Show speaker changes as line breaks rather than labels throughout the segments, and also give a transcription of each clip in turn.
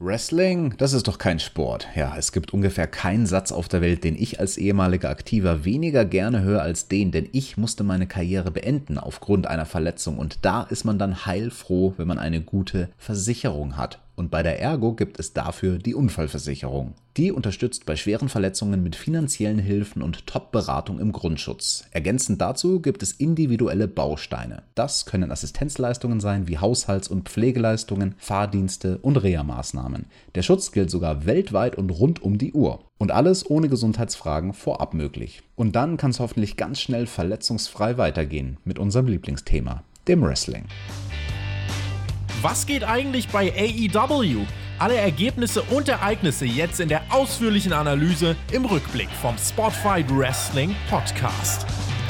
Wrestling, das ist doch kein Sport. Ja, es gibt ungefähr keinen Satz auf der Welt, den ich als ehemaliger Aktiver weniger gerne höre als den, denn ich musste meine Karriere beenden aufgrund einer Verletzung und da ist man dann heilfroh, wenn man eine gute Versicherung hat. Und bei der Ergo gibt es dafür die Unfallversicherung. Die unterstützt bei schweren Verletzungen mit finanziellen Hilfen und Top-Beratung im Grundschutz. Ergänzend dazu gibt es individuelle Bausteine. Das können Assistenzleistungen sein wie Haushalts- und Pflegeleistungen, Fahrdienste und Reha-Maßnahmen. Der Schutz gilt sogar weltweit und rund um die Uhr. Und alles ohne Gesundheitsfragen vorab möglich. Und dann kann es hoffentlich ganz schnell verletzungsfrei weitergehen mit unserem Lieblingsthema, dem Wrestling.
Was geht eigentlich bei AEW? Alle Ergebnisse und Ereignisse jetzt in der ausführlichen Analyse im Rückblick vom Spotfight Wrestling Podcast.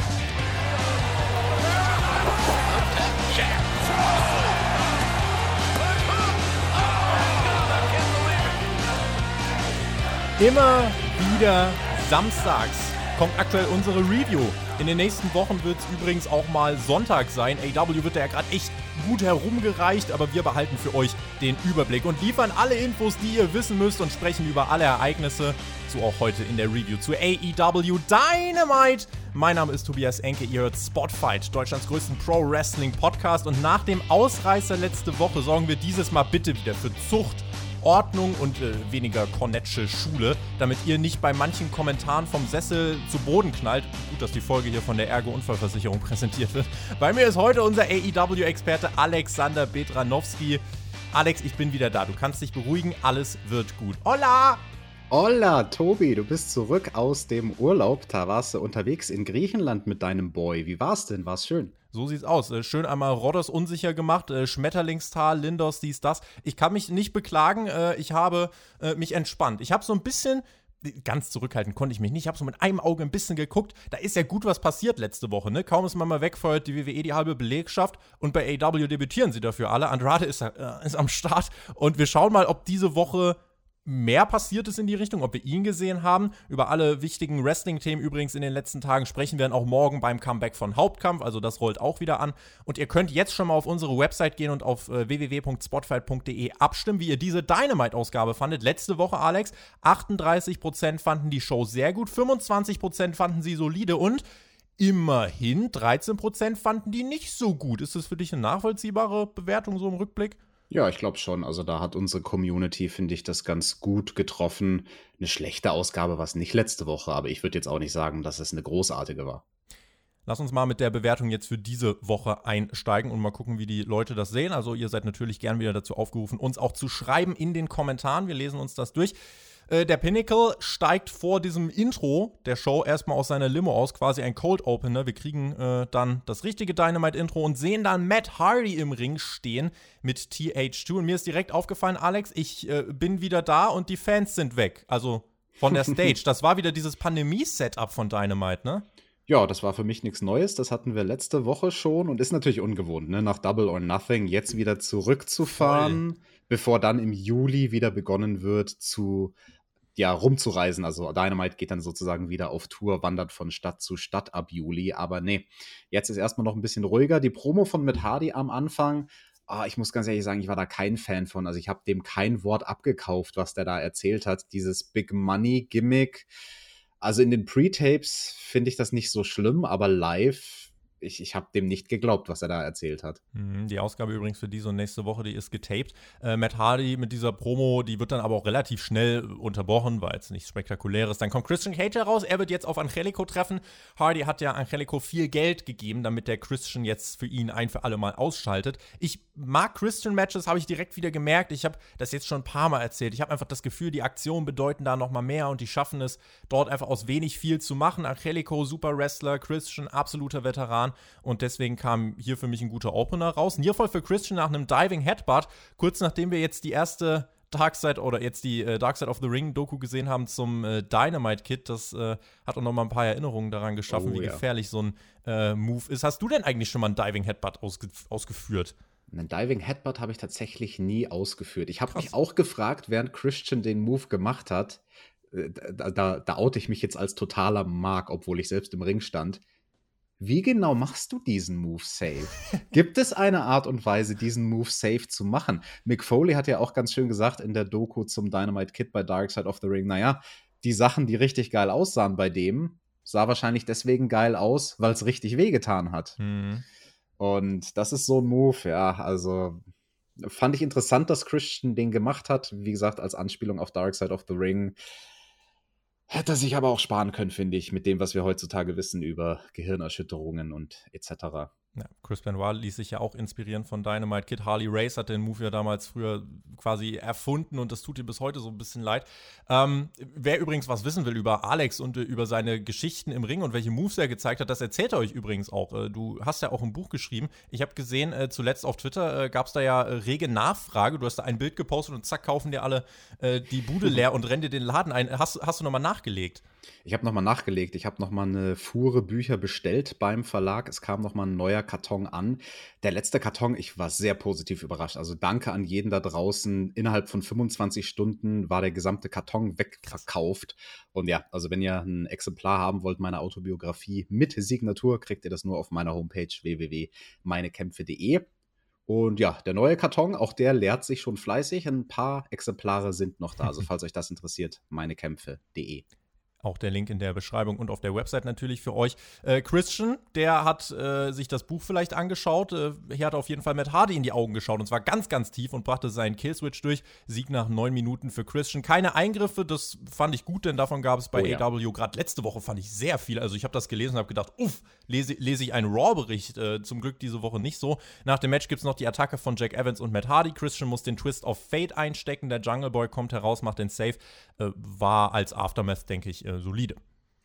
Immer wieder samstags kommt aktuell unsere Review. In den nächsten Wochen wird es übrigens auch mal Sonntag sein. AEW wird da ja gerade echt gut herumgereicht, aber wir behalten für euch den Überblick und liefern alle Infos, die ihr wissen müsst und sprechen über alle Ereignisse, so auch heute in der Review zu AEW Dynamite. Mein Name ist Tobias Enke, ihr hört Spotfight, Deutschlands größten Pro-Wrestling-Podcast und nach dem Ausreißer letzte Woche sorgen wir dieses Mal bitte wieder für Zucht, Ordnung und weniger Cornettsche Schule, damit ihr nicht bei manchen Kommentaren vom Sessel zu Boden knallt. Gut, dass die Folge hier von der Ergo-Unfallversicherung präsentiert wird. Bei mir ist heute unser AEW-Experte Alexander Bedranowski. Alex, ich bin wieder da. Du kannst dich beruhigen, alles wird gut. Hola!
Hola, Tobi, du bist zurück aus dem Urlaub. Da warst du unterwegs in Griechenland mit deinem Boy. Wie war's denn? War's schön?
So sieht's aus. Schön einmal Rhodos unsicher gemacht, Schmetterlingstal, Lindos, dies, das. Ich kann mich nicht beklagen, ich habe mich entspannt. Ich habe so ein bisschen, ganz zurückhalten konnte ich mich nicht, ich habe so mit einem Auge ein bisschen geguckt. Da ist ja gut was passiert letzte Woche, ne? Kaum ist man mal wegfeuert, die WWE die halbe Belegschaft und bei AEW debütieren sie dafür alle. Andrade ist am Start und wir schauen mal, ob diese Woche mehr passiert ist in die Richtung, ob wir ihn gesehen haben. Über alle wichtigen Wrestling-Themen übrigens in den letzten Tagen sprechen wir dann auch morgen beim Comeback von Hauptkampf, also das rollt auch wieder an. Und ihr könnt jetzt schon mal auf unsere Website gehen und auf www.spotfight.de abstimmen, wie ihr diese Dynamite-Ausgabe fandet. Letzte Woche, Alex, 38% fanden die Show sehr gut, 25% fanden sie solide und immerhin 13% fanden die nicht so gut. Ist das für dich eine nachvollziehbare Bewertung so im Rückblick?
Ja, ich glaube schon. Also da hat unsere Community, finde ich, das ganz gut getroffen. Eine schlechte Ausgabe war es nicht letzte Woche, aber ich würde jetzt auch nicht sagen, dass es eine großartige war.
Lass uns mal mit der Bewertung jetzt für diese Woche einsteigen und mal gucken, wie die Leute das sehen. Also ihr seid natürlich gern wieder dazu aufgerufen, uns auch zu schreiben in den Kommentaren. Wir lesen uns das durch. Der Pinnacle steigt vor diesem Intro der Show erstmal aus seiner Limo aus, quasi ein Cold Opener. Wir kriegen dann das richtige Dynamite-Intro und sehen dann Matt Hardy im Ring stehen mit TH2. Und mir ist direkt aufgefallen, Alex, ich bin wieder da und die Fans sind weg. Also von der Stage. Das war wieder dieses Pandemie-Setup von Dynamite, ne?
Ja, das war für mich nichts Neues. Das hatten wir letzte Woche schon und ist natürlich ungewohnt, ne? Nach Double or Nothing jetzt wieder zurückzufahren, bevor dann im Juli wieder begonnen wird rumzureisen. Also Dynamite geht dann sozusagen wieder auf Tour, wandert von Stadt zu Stadt ab Juli. Aber nee, jetzt ist erstmal noch ein bisschen ruhiger. Die Promo von Matt Hardy am Anfang, ich muss ganz ehrlich sagen, ich war da kein Fan von. Also ich habe dem kein Wort abgekauft, was der da erzählt hat. Dieses Big Money Gimmick. Also in den Pre-Tapes finde ich das nicht so schlimm, aber live, ich habe dem nicht geglaubt, was er da erzählt hat.
Die Ausgabe übrigens für diese und nächste Woche, die ist getaped. Matt Hardy mit dieser Promo, die wird dann aber auch relativ schnell unterbrochen, weil es nichts Spektakuläres. Dann kommt Christian Cage heraus, er wird jetzt auf Angelico treffen. Hardy hat ja Angelico viel Geld gegeben, damit der Christian jetzt für ihn ein für alle Mal ausschaltet. Ich mag Christian-Matches, habe ich direkt wieder gemerkt. Ich habe das jetzt schon ein paar Mal erzählt. Ich habe einfach das Gefühl, die Aktionen bedeuten da noch mal mehr und die schaffen es, dort einfach aus wenig viel zu machen. Angelico, super Wrestler, Christian, absoluter Veteran. Und deswegen kam hier für mich ein guter Opener raus. Nierfall für Christian nach einem Diving Headbutt. Kurz nachdem wir jetzt die erste Dark Side of the Ring Doku gesehen haben zum Dynamite Kid. Das hat auch noch mal ein paar Erinnerungen daran geschaffen, wie gefährlich so ein Move ist. Hast du denn eigentlich schon mal einen Diving Headbutt ausgeführt?
Einen Diving Headbutt habe ich tatsächlich nie ausgeführt. Ich habe mich auch gefragt, während Christian den Move gemacht hat, da oute ich mich jetzt als totaler Mark, obwohl ich selbst im Ring stand. wie genau machst du diesen Move safe? Gibt es eine Art und Weise, diesen Move safe zu machen? Mick Foley hat ja auch ganz schön gesagt in der Doku zum Dynamite Kid bei Dark Side of the Ring, naja, die Sachen, die richtig geil aussahen bei dem, sah wahrscheinlich deswegen geil aus, weil es richtig wehgetan hat. Und das ist so ein Move, ja, also fand ich interessant, dass Christian den gemacht hat, wie gesagt, als Anspielung auf Dark Side of the Ring. Hätte er sich aber auch sparen können, finde ich, mit dem, was wir heutzutage wissen über Gehirnerschütterungen und etc.
Ja, Chris Benoit ließ sich ja auch inspirieren von Dynamite Kid. Harley Race hat den Move ja damals früher quasi erfunden und das tut ihm bis heute so ein bisschen leid. Wer übrigens was wissen will über Alex und über seine Geschichten im Ring und welche Moves er gezeigt hat, das erzählt er euch übrigens auch. Du hast ja auch ein Buch geschrieben. Ich habe gesehen, zuletzt auf Twitter gab es da ja rege Nachfrage. Du hast da ein Bild gepostet und zack, kaufen dir alle die Bude leer und rennen dir den Laden ein. Hast du nochmal nachgelegt?
Ich habe nochmal nachgelegt. Ich habe nochmal eine Fuhre Bücher bestellt beim Verlag. Es kam nochmal ein neuer Karton an. Der letzte Karton, ich war sehr positiv überrascht. Also danke an jeden da draußen. Innerhalb von 25 Stunden war der gesamte Karton wegverkauft. Und ja, also wenn ihr ein Exemplar haben wollt, meine Autobiografie mit Signatur, kriegt ihr das nur auf meiner Homepage www.meinekämpfe.de. Und ja, der neue Karton, auch der leert sich schon fleißig. Ein paar Exemplare sind noch da. Also falls euch das interessiert, meinekämpfe.de.
Auch der Link in der Beschreibung und auf der Website natürlich für euch. Christian, der hat sich das Buch vielleicht angeschaut. Hier hat auf jeden Fall Matt Hardy in die Augen geschaut und zwar ganz, ganz tief und brachte seinen Killswitch durch. Sieg nach 9 Minuten für Christian. Keine Eingriffe, das fand ich gut, denn davon gab es bei AEW gerade letzte Woche fand ich sehr viel. Also ich habe das gelesen und habe gedacht, lese ich einen Raw-Bericht. Zum Glück diese Woche nicht so. Nach dem Match gibt es noch die Attacke von Jack Evans und Matt Hardy. Christian muss den Twist of Fate einstecken. Der Jungle Boy kommt heraus, macht den Save. War als Aftermath, denke ich, solide.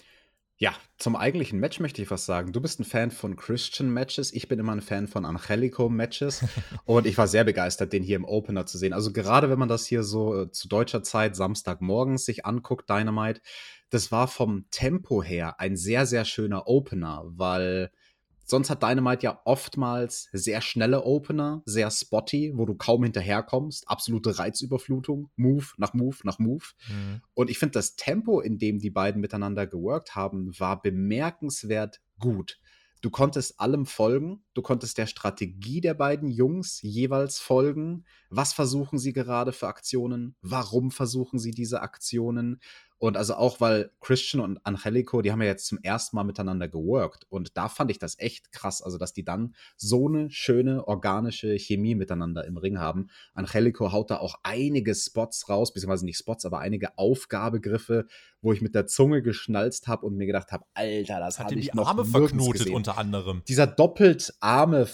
Ja, zum eigentlichen Match möchte ich was sagen. Du bist ein Fan von Christian-Matches. Ich bin immer ein Fan von Angelico-Matches. Und ich war sehr begeistert, den hier im Opener zu sehen. Also gerade wenn man das hier so zu deutscher Zeit Samstagmorgens sich anguckt, Dynamite, das war vom Tempo her ein sehr, sehr schöner Opener, weil sonst hat Dynamite ja oftmals sehr schnelle Opener, sehr spotty, wo du kaum hinterherkommst. Absolute Reizüberflutung, Move nach Move nach Move. Und ich finde, das Tempo, in dem die beiden miteinander geworkt haben, war bemerkenswert gut. Du konntest allem folgen, du konntest der Strategie der beiden Jungs jeweils folgen. Was versuchen sie gerade für Aktionen? Warum versuchen sie diese Aktionen? Und also auch, weil Christian und Angelico, die haben ja jetzt zum ersten Mal miteinander geworkt. Und da fand ich das echt krass, also dass die dann so eine schöne, organische Chemie miteinander im Ring haben. Angelico haut da auch einige Spots raus, beziehungsweise nicht Spots, aber einige Aufgabegriffe, wo ich mit der Zunge geschnalzt habe und mir gedacht habe, Alter, das habe ich noch nirgends
verknotet
gesehen.
Unter anderem.
Dieser doppelarme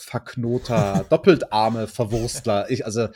Verwurstler.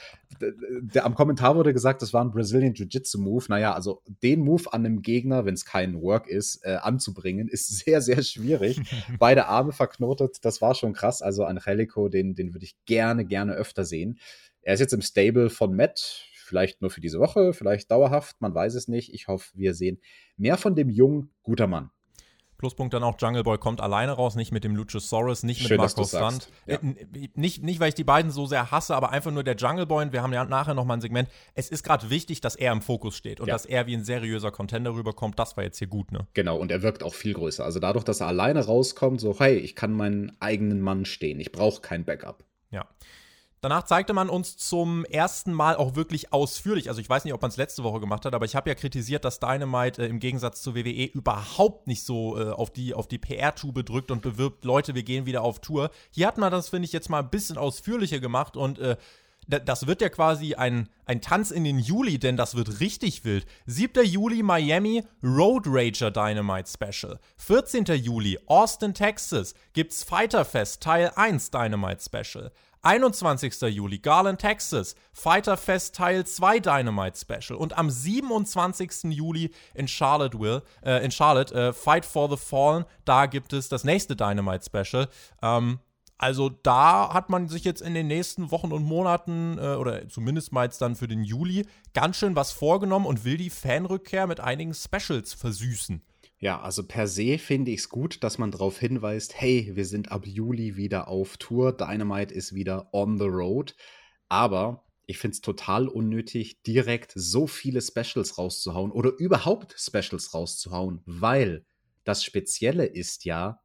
Am Kommentar wurde gesagt, das war ein Brazilian Jiu-Jitsu-Move. Naja, also den Move an einem Gegner, wenn es kein Work ist, anzubringen, ist sehr, sehr schwierig. Beide Arme verknotet, das war schon krass. Also Angelico, den würde ich gerne öfter sehen. Er ist jetzt im Stable von Matt. Vielleicht nur für diese Woche, vielleicht dauerhaft, man weiß es nicht. Ich hoffe, wir sehen mehr von dem jungen, guter Mann.
Pluspunkt dann auch, Jungle Boy kommt alleine raus, nicht mit dem Luchasaurus, nicht mit
Schön,
Marcos Stunt.
Ja.
Nicht, weil ich die beiden so sehr hasse, aber einfach nur der Jungle Boy. Und wir haben ja nachher nochmal ein Segment. Es ist gerade wichtig, dass er im Fokus steht und dass er wie ein seriöser Contender rüberkommt. Das war jetzt hier gut, ne?
Genau, und er wirkt auch viel größer. Also dadurch, dass er alleine rauskommt, so, hey, ich kann meinen eigenen Mann stehen. Ich brauche kein Backup.
Ja. Danach zeigte man uns zum ersten Mal auch wirklich ausführlich, also ich weiß nicht, ob man es letzte Woche gemacht hat, aber ich habe ja kritisiert, dass Dynamite im Gegensatz zu WWE überhaupt nicht so auf die PR-Tube drückt und bewirbt, Leute, wir gehen wieder auf Tour. Hier hat man das, finde ich, jetzt mal ein bisschen ausführlicher gemacht und das wird ja quasi ein Tanz in den Juli, denn das wird richtig wild. 7. Juli Miami, Road Rager Dynamite Special. 14. Juli Austin, Texas, gibt's Fighter Fest Teil 1 Dynamite Special. 21. Juli, Garland, Texas, Fighter Fest Teil 2 Dynamite Special. Und am 27. Juli in Charlotte, Fight for the Fallen, da gibt es das nächste Dynamite Special. Also da hat man sich jetzt in den nächsten Wochen und Monaten, oder zumindest mal jetzt dann für den Juli, ganz schön was vorgenommen und will die Fanrückkehr mit einigen Specials versüßen.
Ja, also per se finde ich es gut, dass man darauf hinweist, hey, wir sind ab Juli wieder auf Tour, Dynamite ist wieder on the road, aber ich finde es total unnötig, direkt so viele Specials rauszuhauen oder überhaupt Specials rauszuhauen, weil das Spezielle ist ja,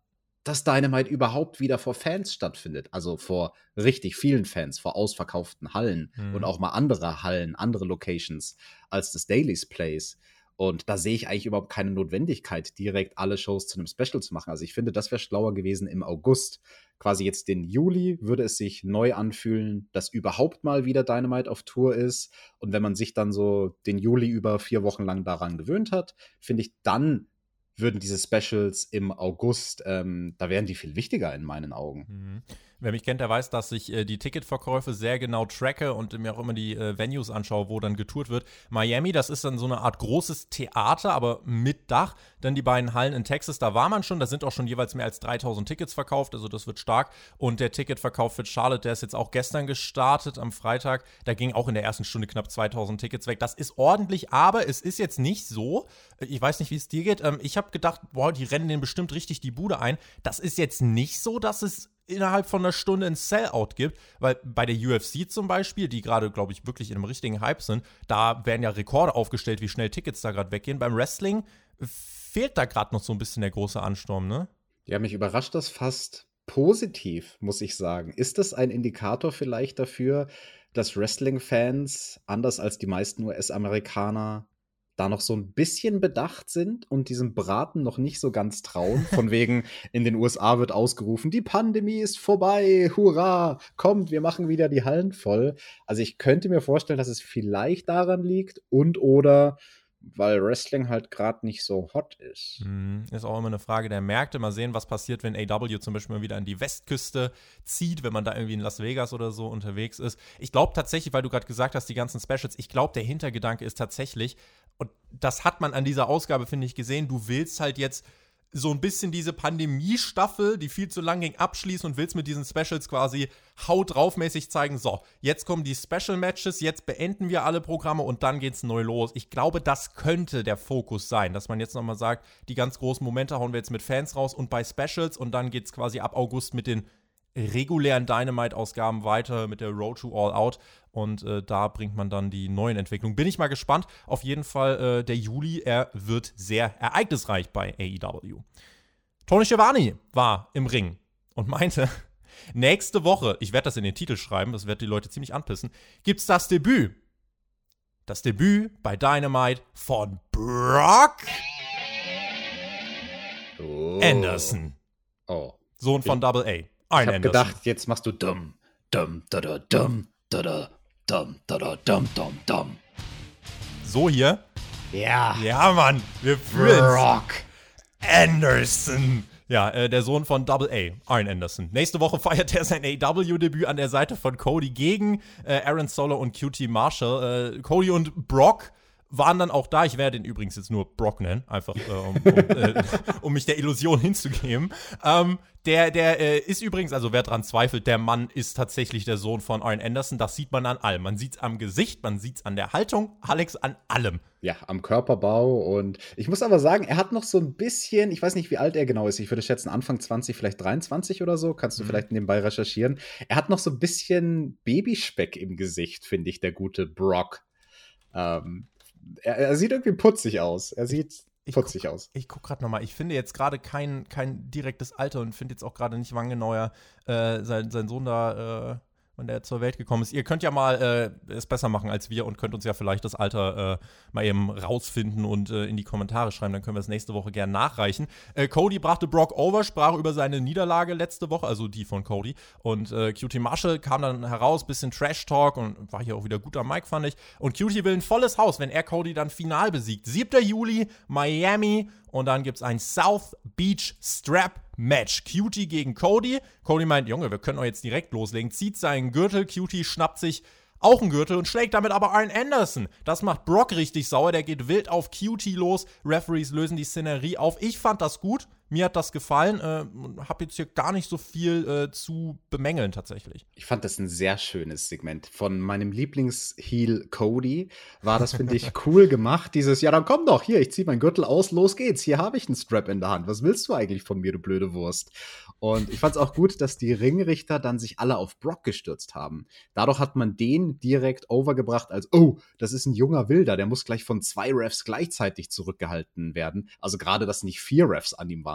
dass Dynamite überhaupt wieder vor Fans stattfindet. Also vor richtig vielen Fans, vor ausverkauften Hallen und auch mal andere Hallen, andere Locations als das Daily's Place. Und da sehe ich eigentlich überhaupt keine Notwendigkeit, direkt alle Shows zu einem Special zu machen. Also ich finde, das wäre schlauer gewesen im August. Quasi jetzt den Juli würde es sich neu anfühlen, dass überhaupt mal wieder Dynamite auf Tour ist. Und wenn man sich dann so den Juli über 4 Wochen lang daran gewöhnt hat, finde ich, dann würden diese Specials im August, da wären die viel wichtiger in meinen Augen.
Wer mich kennt, der weiß, dass ich die Ticketverkäufe sehr genau tracke und mir auch immer die Venues anschaue, wo dann getourt wird. Miami, das ist dann so eine Art großes Theater, aber mit Dach. Dann die beiden Hallen in Texas, da war man schon, da sind auch schon jeweils mehr als 3000 Tickets verkauft, also das wird stark. Und der Ticketverkauf für Charlotte, der ist jetzt auch gestern gestartet, am Freitag. Da ging auch in der ersten Stunde knapp 2000 Tickets weg. Das ist ordentlich, aber es ist jetzt nicht so, ich weiß nicht, wie es dir geht, ich habe gedacht, boah, die rennen denen bestimmt richtig die Bude ein. Das ist jetzt nicht so, dass es innerhalb von einer Stunde ein Sellout gibt, weil bei der UFC zum Beispiel, die gerade, glaube ich, wirklich in einem richtigen Hype sind, da werden ja Rekorde aufgestellt, wie schnell Tickets da gerade weggehen. Beim Wrestling fehlt da gerade noch so ein bisschen der große Ansturm, ne?
Ja, mich überrascht das fast positiv, muss ich sagen. Ist das ein Indikator vielleicht dafür, dass Wrestling-Fans, anders als die meisten US-Amerikaner, da noch so ein bisschen bedacht sind und diesem Braten noch nicht so ganz trauen? Von wegen, in den USA wird ausgerufen, die Pandemie ist vorbei, hurra, kommt, wir machen wieder die Hallen voll. Also ich könnte mir vorstellen, dass es vielleicht daran liegt und oder weil Wrestling halt gerade nicht so hot ist.
Ist auch immer eine Frage der Märkte. Mal sehen, was passiert, wenn AEW zum Beispiel mal wieder an die Westküste zieht, wenn man da irgendwie in Las Vegas oder so unterwegs ist. Ich glaube tatsächlich, weil du gerade gesagt hast, die ganzen Specials, ich glaube, der Hintergedanke ist tatsächlich, und das hat man an dieser Ausgabe, finde ich, gesehen, du willst halt jetzt so ein bisschen diese Pandemie-Staffel, die viel zu lang ging, abschließen und willst mit diesen Specials quasi haut draufmäßig zeigen, so, jetzt kommen die Special-Matches, jetzt beenden wir alle Programme und dann geht's neu los. Ich glaube, das könnte der Fokus sein, dass man jetzt nochmal sagt, die ganz großen Momente hauen wir jetzt mit Fans raus und bei Specials und dann geht's quasi ab August mit den regulären Dynamite-Ausgaben weiter mit der Road to All Out und da bringt man dann die neuen Entwicklungen. Bin ich mal gespannt. Auf jeden Fall der Juli, er wird sehr ereignisreich bei AEW. Tony Schiavone war im Ring und meinte, nächste Woche, ich werde das in den Titel schreiben, das wird die Leute ziemlich anpissen, gibt's das Debüt. Das Debüt bei Dynamite von Brock Anderson. Sohn von Double A.
Ich hab gedacht, jetzt machst du dumm, dumm, da da dumm, da da dumm, da da dumm, dumm, dumm.
So hier?
Ja.
Ja, Mann, wir fühlen's.
Brock
Anderson. Ja, der Sohn von Double A, Arn Anderson. Nächste Woche feiert er sein AEW-Debüt an der Seite von Cody gegen Aaron Solo und QT Marshall. Cody und Brock waren dann auch da. Ich werde ihn übrigens jetzt nur Brock nennen, einfach um mich der Illusion hinzugeben. Der ist übrigens, also wer dran zweifelt, der Mann ist tatsächlich der Sohn von Arn Anderson. Das sieht man an allem. Man sieht es am Gesicht, man sieht es an der Haltung, Alex, an allem.
Ja, am Körperbau. Und ich muss aber sagen, er hat noch so ein bisschen, ich weiß nicht, wie alt er genau ist, ich würde schätzen Anfang 20, vielleicht 23 oder so, kannst du vielleicht nebenbei recherchieren. Er hat noch so ein bisschen Babyspeck im Gesicht, finde ich, der gute Brock. Er sieht irgendwie putzig aus. Er sieht putzig aus.
Ich gucke gerade nochmal. Ich finde jetzt gerade kein direktes Alter und finde jetzt auch gerade nicht, wann genau sein Sohn da, wann der zur Welt gekommen ist. Ihr könnt ja mal es besser machen als wir und könnt uns ja vielleicht das Alter mal eben rausfinden und in die Kommentare schreiben. Dann können wir es nächste Woche gerne nachreichen. Cody brachte Brock over, sprach über seine Niederlage letzte Woche, also die von Cody. Und QT Marshall kam dann heraus, bisschen Trash-Talk und war hier auch wieder gut am Mic, fand ich. Und QT will ein volles Haus, wenn er Cody dann final besiegt. 7. Juli, Miami. Und dann gibt es ein South Beach Strap Match. QT gegen Cody. Cody meint, Junge, wir können doch jetzt direkt loslegen. Zieht seinen Gürtel. QT schnappt sich auch einen Gürtel und schlägt damit aber Arn Anderson. Das macht Brock richtig sauer. Der geht wild auf QT los. Referees lösen die Szenerie auf. Ich fand das gut. Mir hat das gefallen. Hab jetzt hier gar nicht so viel zu bemängeln tatsächlich.
Ich fand das ein sehr schönes Segment. Von meinem Lieblings-Heel Cody war das, finde ich, cool gemacht. Dieses, ja, dann komm doch, hier, ich zieh meinen Gürtel aus, los geht's. Hier habe ich einen Strap in der Hand. Was willst du eigentlich von mir, du blöde Wurst? Und ich fand's auch gut, dass die Ringrichter dann sich alle auf Brock gestürzt haben. Dadurch hat man den direkt overgebracht als, oh, das ist ein junger Wilder, der muss gleich von 2 Refs gleichzeitig zurückgehalten werden. Also gerade, dass nicht 4 Refs an ihm waren,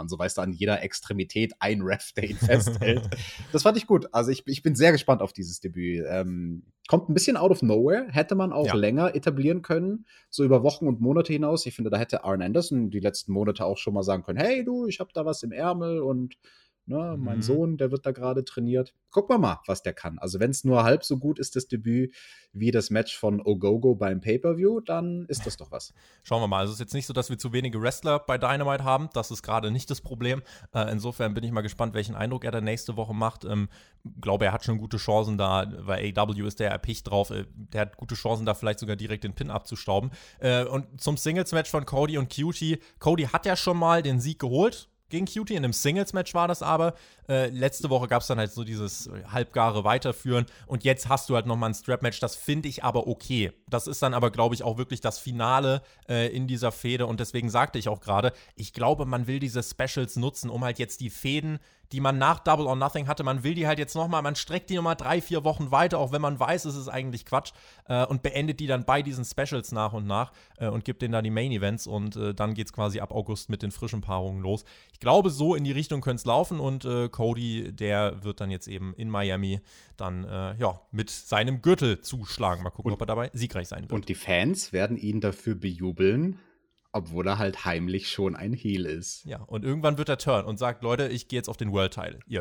man so, weißt du, an jeder Extremität ein Ref, der ihn festhält. Das fand ich gut. Also ich bin sehr gespannt auf dieses Debüt. Kommt ein bisschen out of nowhere, hätte man auch länger etablieren können, so über Wochen und Monate hinaus. Ich finde, da hätte Arn Anderson die letzten Monate auch schon mal sagen können, hey du, ich habe da was im Ärmel und mein Sohn, der wird da gerade trainiert. Gucken wir mal, was der kann. Also wenn es nur halb so gut ist, das Debüt, wie das Match von Ogogo beim Pay-Per-View, dann ist das doch was.
Schauen wir mal. Also es ist jetzt nicht so, dass wir zu wenige Wrestler bei Dynamite haben. Das ist gerade nicht das Problem. Insofern bin ich mal gespannt, welchen Eindruck er da nächste Woche macht. Glaube, er hat schon gute Chancen da, weil AEW ist der erpicht drauf. Der hat gute Chancen da vielleicht sogar direkt den Pin abzustauben. Und zum Singles-Match von Cody und Cutie. Cody hat ja schon mal den Sieg geholt gegen Cutie. In einem Singles-Match war das aber. Letzte Woche gab es dann halt so dieses halbgare Weiterführen. Und jetzt hast du halt nochmal ein Strap-Match. Das finde ich aber okay. Das ist dann aber, glaube ich, auch wirklich das Finale in dieser Fehde. Und deswegen sagte ich auch gerade, ich glaube, man will diese Specials nutzen, um halt jetzt die Fäden, die man nach Double or Nothing hatte, man will die halt jetzt nochmal, man streckt die nochmal 3-4 Wochen weiter, auch wenn man weiß, es ist eigentlich Quatsch, und beendet die dann bei diesen Specials nach und nach und gibt denen da die Main Events und dann geht's quasi ab August mit den frischen Paarungen los. Ich glaube, so in die Richtung könnte es laufen und Cody, der wird dann jetzt eben in Miami dann mit seinem Gürtel zuschlagen. Mal gucken, ob er dabei siegreich sein wird.
Und die Fans werden ihn dafür bejubeln, obwohl er halt heimlich schon ein Heel ist.
Ja, und irgendwann wird er turn und sagt, Leute, ich gehe jetzt auf den World Title. Ihr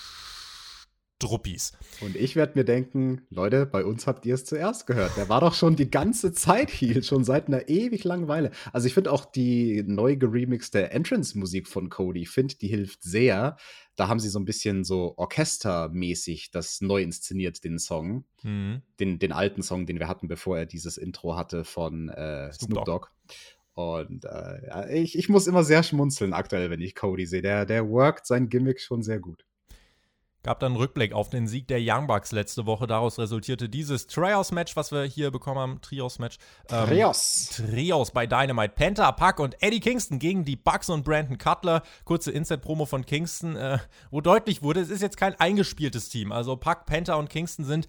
Struppis.
Und ich werde mir denken, Leute, bei uns habt ihr es zuerst gehört. Der war doch schon die ganze Zeit Heel, schon seit einer ewig langen Weile. Also ich finde auch die neu geremixte Entrance-Musik von Cody, ich finde, die hilft sehr. Da haben sie so ein bisschen so orchestermäßig das neu inszeniert, den Song. Den alten Song, den wir hatten, bevor er dieses Intro hatte von Snoop Dogg. Und ich muss immer sehr schmunzeln aktuell, wenn ich Cody sehe. Der workt sein Gimmick schon sehr gut.
Gab dann einen Rückblick auf den Sieg der Young Bucks letzte Woche. Daraus resultierte dieses Trios-Match, was wir hier bekommen haben. Trios-Match. Trios bei Dynamite. Penta, Pac und Eddie Kingston gegen die Bucks und Brandon Cutler. Kurze Inside-Promo von Kingston, wo deutlich wurde, es ist jetzt kein eingespieltes Team. Also Pac, Penta und Kingston sind,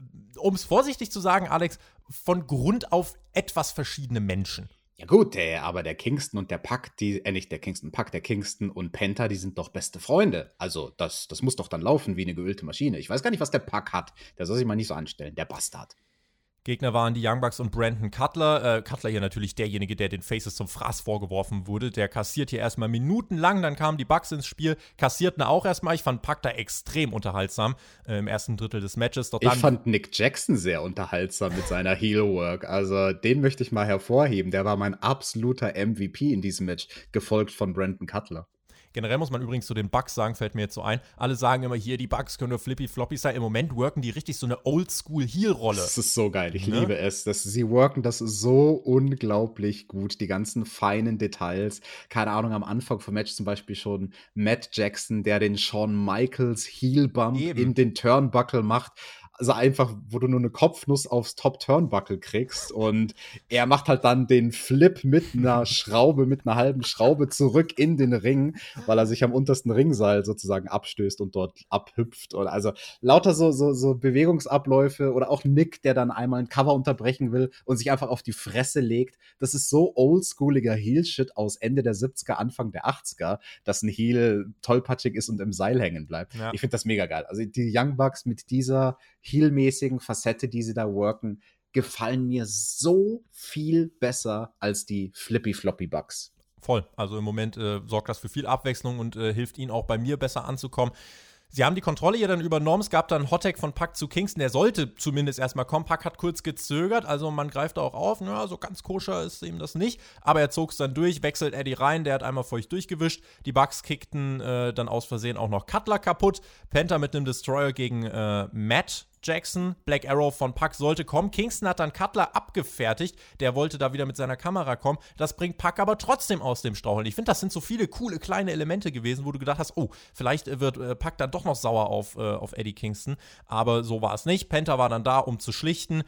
um es vorsichtig zu sagen, Alex, von Grund auf etwas verschiedene Menschen.
Ja gut, aber der Kingston und der Pac, nicht der Kingston, Pac, der Kingston und Penta, die sind doch beste Freunde. Also das muss doch dann laufen wie eine geölte Maschine. Ich weiß gar nicht, was der Pac hat. Der soll sich mal nicht so anstellen, der Bastard.
Gegner waren die Young Bucks und Brandon Cutler. Cutler hier natürlich derjenige, der den Faces zum Fraß vorgeworfen wurde. Der kassiert hier erstmal minutenlang, dann kamen die Bucks ins Spiel, kassierten auch erstmal. Ich fand Pac da extrem unterhaltsam im ersten Drittel des Matches.
Ich fand Nick Jackson sehr unterhaltsam mit seiner Heel-Work. Also den möchte ich mal hervorheben. Der war mein absoluter MVP in diesem Match, gefolgt von Brandon Cutler.
Generell muss man übrigens zu den Bucks sagen, fällt mir jetzt so ein, alle sagen immer hier, die Bucks können nur flippy-floppy sein. Im Moment worken die richtig so eine Oldschool-Heel-Rolle.
Das ist so geil, ich liebe es. Sie worken das so unglaublich gut, die ganzen feinen Details. Keine Ahnung, am Anfang vom Match zum Beispiel schon Matt Jackson, der den Shawn Michaels Heel-Bump in den Turnbuckle macht. Also einfach, wo du nur eine Kopfnuss aufs Top-Turnbuckle kriegst und er macht halt dann den Flip mit einer halben Schraube zurück in den Ring, weil er sich am untersten Ringseil sozusagen abstößt und dort abhüpft. Und also lauter so Bewegungsabläufe oder auch Nick, der dann einmal ein Cover unterbrechen will und sich einfach auf die Fresse legt. Das ist so oldschooliger Heel-Shit aus Ende der 70er, Anfang der 80er, dass ein Heel tollpatschig ist und im Seil hängen bleibt. Ja. Ich finde das mega geil. Also die Young Bucks mit dieser Heel-mäßigen Facette, die sie da worken, gefallen mir so viel besser als die Flippy-Floppy Bucks.
Voll. Also im Moment sorgt das für viel Abwechslung und hilft ihnen auch bei mir besser anzukommen. Sie haben die Kontrolle hier dann übernommen. Es gab dann einen Hottag von Pac zu Kingston. Der sollte zumindest erstmal kommen. Pac hat kurz gezögert, also man greift da auch auf. Ja, so ganz koscher ist ihm das nicht. Aber er zog es dann durch, wechselt Eddie rein. Der hat einmal feucht durchgewischt. Die Bucks kickten dann aus Versehen auch noch Cutler kaputt. Penta mit einem Destroyer gegen Matt Jackson. Black Arrow von Pac sollte kommen. Kingston hat dann Cutler abgefertigt. Der wollte da wieder mit seiner Kamera kommen. Das bringt Pac aber trotzdem aus dem Straucheln. Ich finde, das sind so viele coole kleine Elemente gewesen, wo du gedacht hast, oh, vielleicht wird Pac dann doch noch sauer auf Eddie Kingston. Aber so war es nicht. Penta war dann da, um zu schlichten.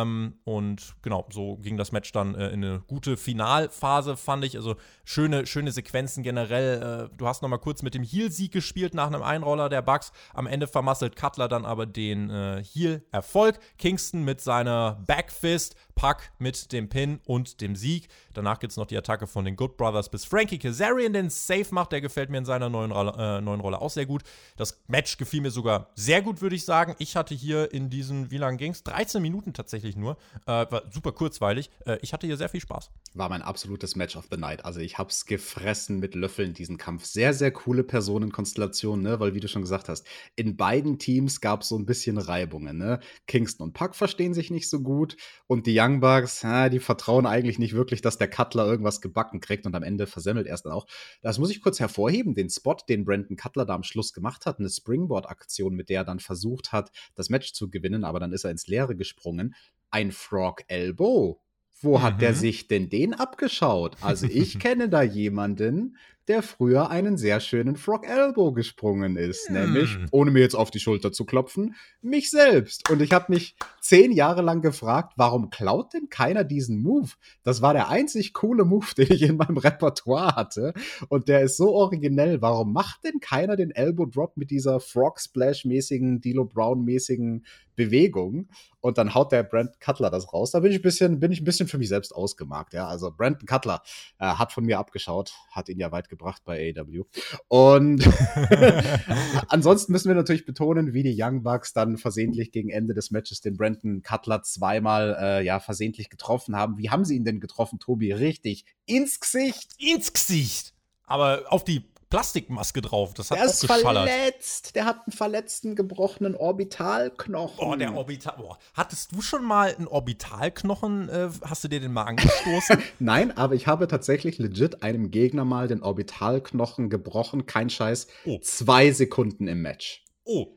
Und genau, so ging das Match dann in eine gute Finalphase, fand ich. Also schöne Sequenzen generell. Du hast noch mal kurz mit dem Heel-Sieg gespielt nach einem Einroller der Bucks. Am Ende vermasselt Cutler dann aber den Heel-Erfolg. Kingston mit seiner Backfist, Puck mit dem Pin und dem Sieg. Danach gibt es noch die Attacke von den Good Brothers, bis Frankie Kazarian den Save macht. Der gefällt mir in seiner neuen Rolle auch sehr gut. Das Match gefiel mir sogar sehr gut, würde ich sagen. Ich hatte hier in diesen, wie lange ging es? 13 Minuten tatsächlich nur. War super kurzweilig. Ich hatte hier sehr viel Spaß.
War mein absolutes Match of the Night. Also ich hab's gefressen mit Löffeln, diesen Kampf. Sehr, sehr coole Personenkonstellation, ne? Weil, wie du schon gesagt hast, in beiden Teams gab es so ein bisschen Reibungen, ne? Kingston und Puck verstehen sich nicht so gut und die Young Bucks, die vertrauen eigentlich nicht wirklich, dass der Cutler irgendwas gebacken kriegt und am Ende versemmelt er es dann auch. Das muss ich kurz hervorheben, den Spot, den Brandon Cutler da am Schluss gemacht hat, eine Springboard-Aktion, mit der er dann versucht hat, das Match zu gewinnen, aber dann ist er ins Leere gesprungen. Ein Frog Elbow. Wo hat der sich denn den abgeschaut? Also ich kenne da jemanden, der früher einen sehr schönen Frog Elbow gesprungen ist. Nämlich, ohne mir jetzt auf die Schulter zu klopfen, mich selbst. Und ich habe mich 10 Jahre lang gefragt, warum klaut denn keiner diesen Move? Das war der einzig coole Move, den ich in meinem Repertoire hatte. Und der ist so originell. Warum macht denn keiner den Elbow Drop mit dieser Frog Splash-mäßigen, D'Lo Brown-mäßigen Bewegung? Und dann haut der Brandon Cutler das raus. Da bin ich ein bisschen für mich selbst ausgemarkt. Ja? Also Brandon Cutler hat von mir abgeschaut, hat ihn ja weit gebracht bei AEW. Und ansonsten müssen wir natürlich betonen, wie die Young Bucks dann versehentlich gegen Ende des Matches den Brandon Cutler zweimal versehentlich getroffen haben. Wie haben sie ihn denn getroffen, Tobi? Richtig, ins Gesicht.
Ins Gesicht! Aber auf die Plastikmaske drauf, das hat
der
auch
ist
geschallert.
Verletzt. Der hat einen verletzten, gebrochenen Orbitalknochen.
Hattest du schon mal einen Orbitalknochen? Hast du dir den mal angestoßen?
Nein, aber ich habe tatsächlich legit einem Gegner mal den Orbitalknochen gebrochen. Kein Scheiß. 2 Sekunden im Match.
Oh.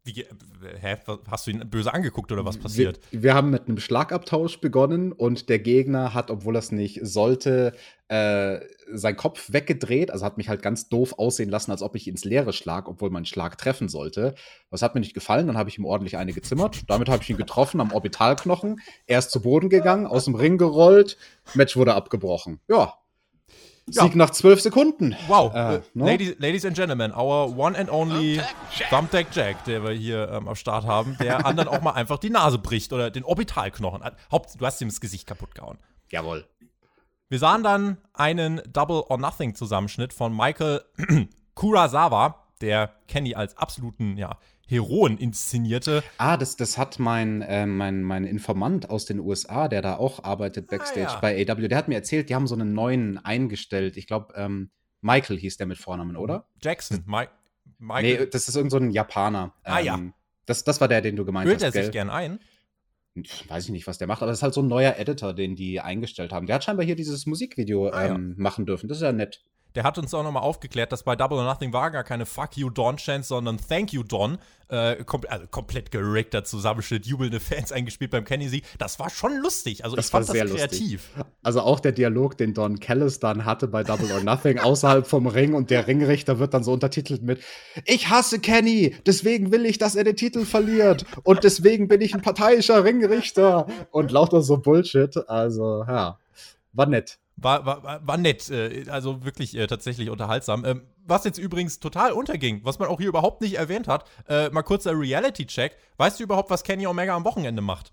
Hast du ihn böse angeguckt oder was passiert?
Wir haben mit einem Schlagabtausch begonnen und der Gegner hat, obwohl er es nicht sollte, seinen Kopf weggedreht, also hat mich halt ganz doof aussehen lassen, als ob ich ins Leere schlag, obwohl mein Schlag treffen sollte. Das hat mir nicht gefallen, dann habe ich ihm ordentlich eine gezimmert. Damit habe ich ihn getroffen am Orbitalknochen. Er ist zu Boden gegangen, aus dem Ring gerollt, Match wurde abgebrochen. Ja. Sieg nach 12 Sekunden.
Wow. Ladies and Gentlemen, our one and only Thumbtack Jack, der wir hier am Start haben, der anderen auch mal einfach die Nase bricht oder den Orbitalknochen. Du hast ihm das Gesicht kaputt gehauen.
Jawohl.
Wir sahen dann einen Double or Nothing Zusammenschnitt von Michael Kurosawa, der Kenny als absoluten Heroen inszenierte.
Das hat mein Informant aus den USA, der da auch arbeitet Backstage bei AEW, der hat mir erzählt, die haben so einen neuen eingestellt. Ich glaube, Michael hieß der mit Vornamen, oder?
Jackson. Michael.
Nee, das ist irgend so ein Japaner. Das war der, den du gemeint hast.
Hüllt er sich gern ein?
Weiß ich nicht, was der macht, aber das ist halt so ein neuer Editor, den die eingestellt haben. Der hat scheinbar hier dieses Musikvideo machen dürfen. Das ist ja nett.
Der hat uns auch nochmal aufgeklärt, dass bei Double or Nothing war gar keine Fuck you Don Chance, sondern Thank you Don. Komplett geriggter Zusammenschnitt, jubelnde Fans eingespielt beim Kenny-Sieg. Das war schon lustig. Also ich fand das kreativ.
Lustig. Also auch der Dialog, den Don Callis dann hatte bei Double or Nothing außerhalb vom Ring und der Ringrichter wird dann so untertitelt mit: Ich hasse Kenny, deswegen will ich, dass er den Titel verliert und deswegen bin ich ein parteiischer Ringrichter und lauter so Bullshit. Also ja, war nett.
War nett, also wirklich tatsächlich unterhaltsam. Was jetzt übrigens total unterging, was man auch hier überhaupt nicht erwähnt hat, mal kurzer Reality-Check. Weißt du überhaupt, was Kenny Omega am Wochenende macht?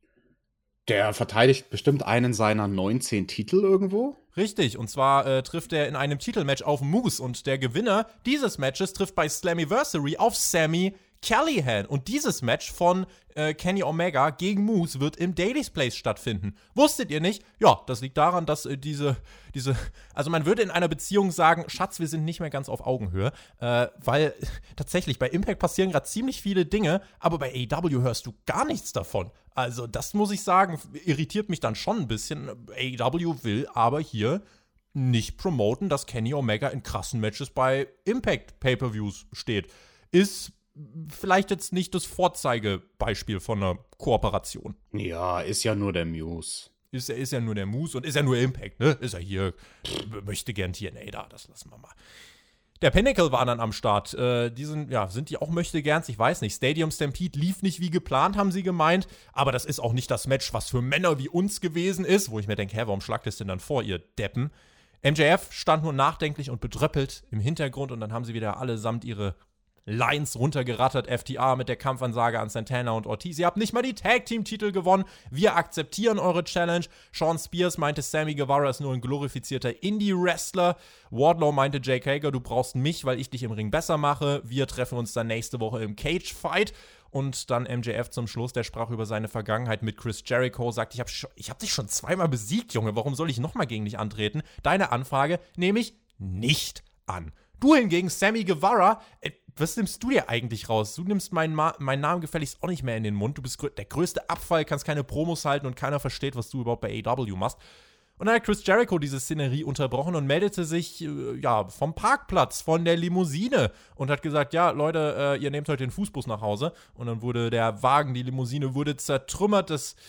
Der verteidigt bestimmt einen seiner 19 Titel irgendwo.
Richtig, und zwar trifft er in einem Titelmatch auf Moose und der Gewinner dieses Matches trifft bei Slammiversary auf Sami Callihan. Und dieses Match von Kenny Omega gegen Moose wird im Daily's Place stattfinden. Wusstet ihr nicht? Ja, das liegt daran, dass also man würde in einer Beziehung sagen, Schatz, wir sind nicht mehr ganz auf Augenhöhe, weil tatsächlich bei Impact passieren gerade ziemlich viele Dinge, aber bei AEW hörst du gar nichts davon. Also das muss ich sagen, irritiert mich dann schon ein bisschen. AEW will aber hier nicht promoten, dass Kenny Omega in krassen Matches bei Impact Pay-Per-Views steht. Ist vielleicht jetzt nicht das Vorzeigebeispiel von einer Kooperation.
Ja, ist ja nur der Muse.
Ist ja nur der Muse und ist ja nur Impact, ne? Ist ja hier, möchte gern TNA da, das lassen wir mal. Der Pinnacle war dann am Start. Sind die auch möchtegerns? Ich weiß nicht. Stadium Stampede lief nicht wie geplant, haben sie gemeint. Aber das ist auch nicht das Match, was für Männer wie uns gewesen ist. Wo ich mir denke, warum schlagt es denn dann vor, ihr Deppen? MJF stand nur nachdenklich und bedröppelt im Hintergrund und dann haben sie wieder allesamt ihre Lines runtergerattert, FTR mit der Kampfansage an Santana und Ortiz. Ihr habt nicht mal die Tag-Team-Titel gewonnen. Wir akzeptieren eure Challenge. Sean Spears meinte, Sammy Guevara ist nur ein glorifizierter Indie-Wrestler. Wardlow meinte, Jake Hager, du brauchst mich, weil ich dich im Ring besser mache. Wir treffen uns dann nächste Woche im Cage-Fight. Und dann MJF zum Schluss, der sprach über seine Vergangenheit mit Chris Jericho, sagt, ich hab dich schon zweimal besiegt, Junge, warum soll ich nochmal gegen dich antreten? Deine Anfrage nehme ich nicht an. Du hingegen, Sammy Guevara, was nimmst du dir eigentlich raus? Du nimmst meinen Namen gefälligst auch nicht mehr in den Mund. Du bist der größte Abfall, kannst keine Promos halten und keiner versteht, was du überhaupt bei AEW machst. Und dann hat Chris Jericho diese Szenerie unterbrochen und meldete sich vom Parkplatz, von der Limousine und hat gesagt, ja, Leute, ihr nehmt heute den Fußbus nach Hause. Und dann wurde der Wagen, die Limousine, wurde zertrümmert.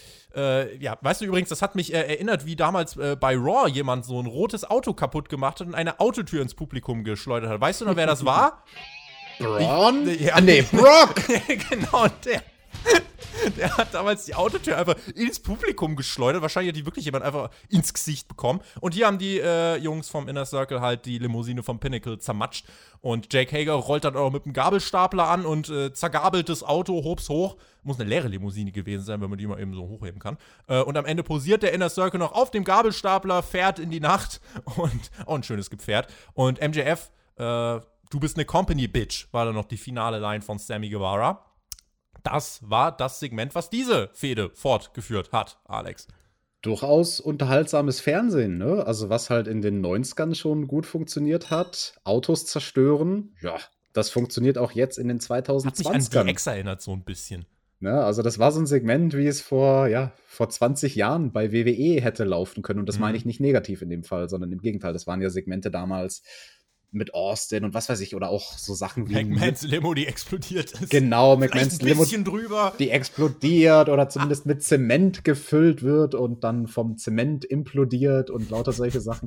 Weißt du übrigens, das hat mich erinnert, wie damals bei Raw jemand so ein rotes Auto kaputt gemacht hat und eine Autotür ins Publikum geschleudert hat. Weißt du noch, wer das war?
Braun?
Brock! Genau, der. Der hat damals die Autotür einfach ins Publikum geschleudert. Wahrscheinlich hat die wirklich jemand einfach ins Gesicht bekommen. Und hier haben die Jungs vom Inner Circle halt die Limousine vom Pinnacle zermatscht. Und Jake Hager rollt dann auch mit dem Gabelstapler an und zergabelt das Auto, hob's hoch. Muss eine leere Limousine gewesen sein, wenn man die mal eben so hochheben kann. Und am Ende posiert der Inner Circle noch auf dem Gabelstapler, fährt in die Nacht. Und auch ein schönes Gepferd. Und MJF, du bist eine Company-Bitch, war dann noch die finale Line von Sammy Guevara. Das war das Segment, was diese Fehde fortgeführt hat, Alex.
Durchaus unterhaltsames Fernsehen, ne? Also was halt in den 90ern schon gut funktioniert hat, Autos zerstören, ja, das funktioniert auch jetzt in den 2020ern.
Hat mich an DX erinnert so ein bisschen.
Ne? Also das war so ein Segment, wie es vor 20 Jahren bei WWE hätte laufen können. Und das meine ich nicht negativ in dem Fall, sondern im Gegenteil. Das waren ja Segmente damals mit Austin und was weiß ich, oder auch so Sachen wie
McMahons Limo, die explodiert ist.
Genau, McMahons Limo,
drüber.
Die explodiert oder zumindest mit Zement gefüllt wird und dann vom Zement implodiert und lauter solche Sachen.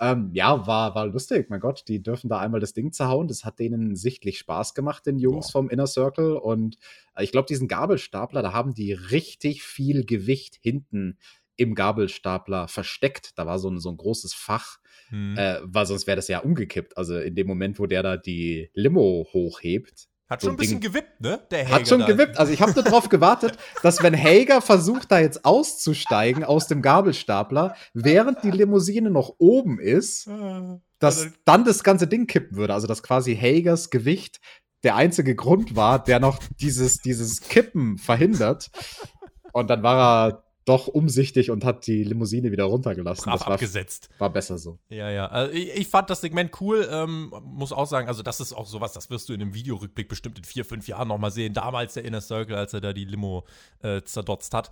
War lustig, mein Gott, die dürfen da einmal das Ding zerhauen. Das hat denen sichtlich Spaß gemacht, den Jungs vom Inner Circle. Und ich glaube, diesen Gabelstapler, da haben die richtig viel Gewicht hinten im Gabelstapler versteckt. Da war so ein großes Fach, weil sonst wäre das ja umgekippt. Also in dem Moment, wo der da die Limo hochhebt.
Hat schon ein bisschen gewippt, ne? Der Hager.
Hat schon gewippt. Also ich habe nur darauf gewartet, dass wenn Hager versucht, da jetzt auszusteigen aus dem Gabelstapler, während die Limousine noch oben ist, dass dann das ganze Ding kippen würde. Also dass quasi Hagers Gewicht der einzige Grund war, der noch dieses Kippen verhindert. Und dann war er doch umsichtig und hat die Limousine wieder runtergelassen.
Das abgesetzt.
War besser so.
Ja. Also ich fand das Segment cool. Muss auch sagen, also das ist auch sowas, das wirst du in dem Videorückblick bestimmt in 4-5 Jahren noch mal sehen. Damals der Inner Circle, als er da die Limo zerdotzt hat.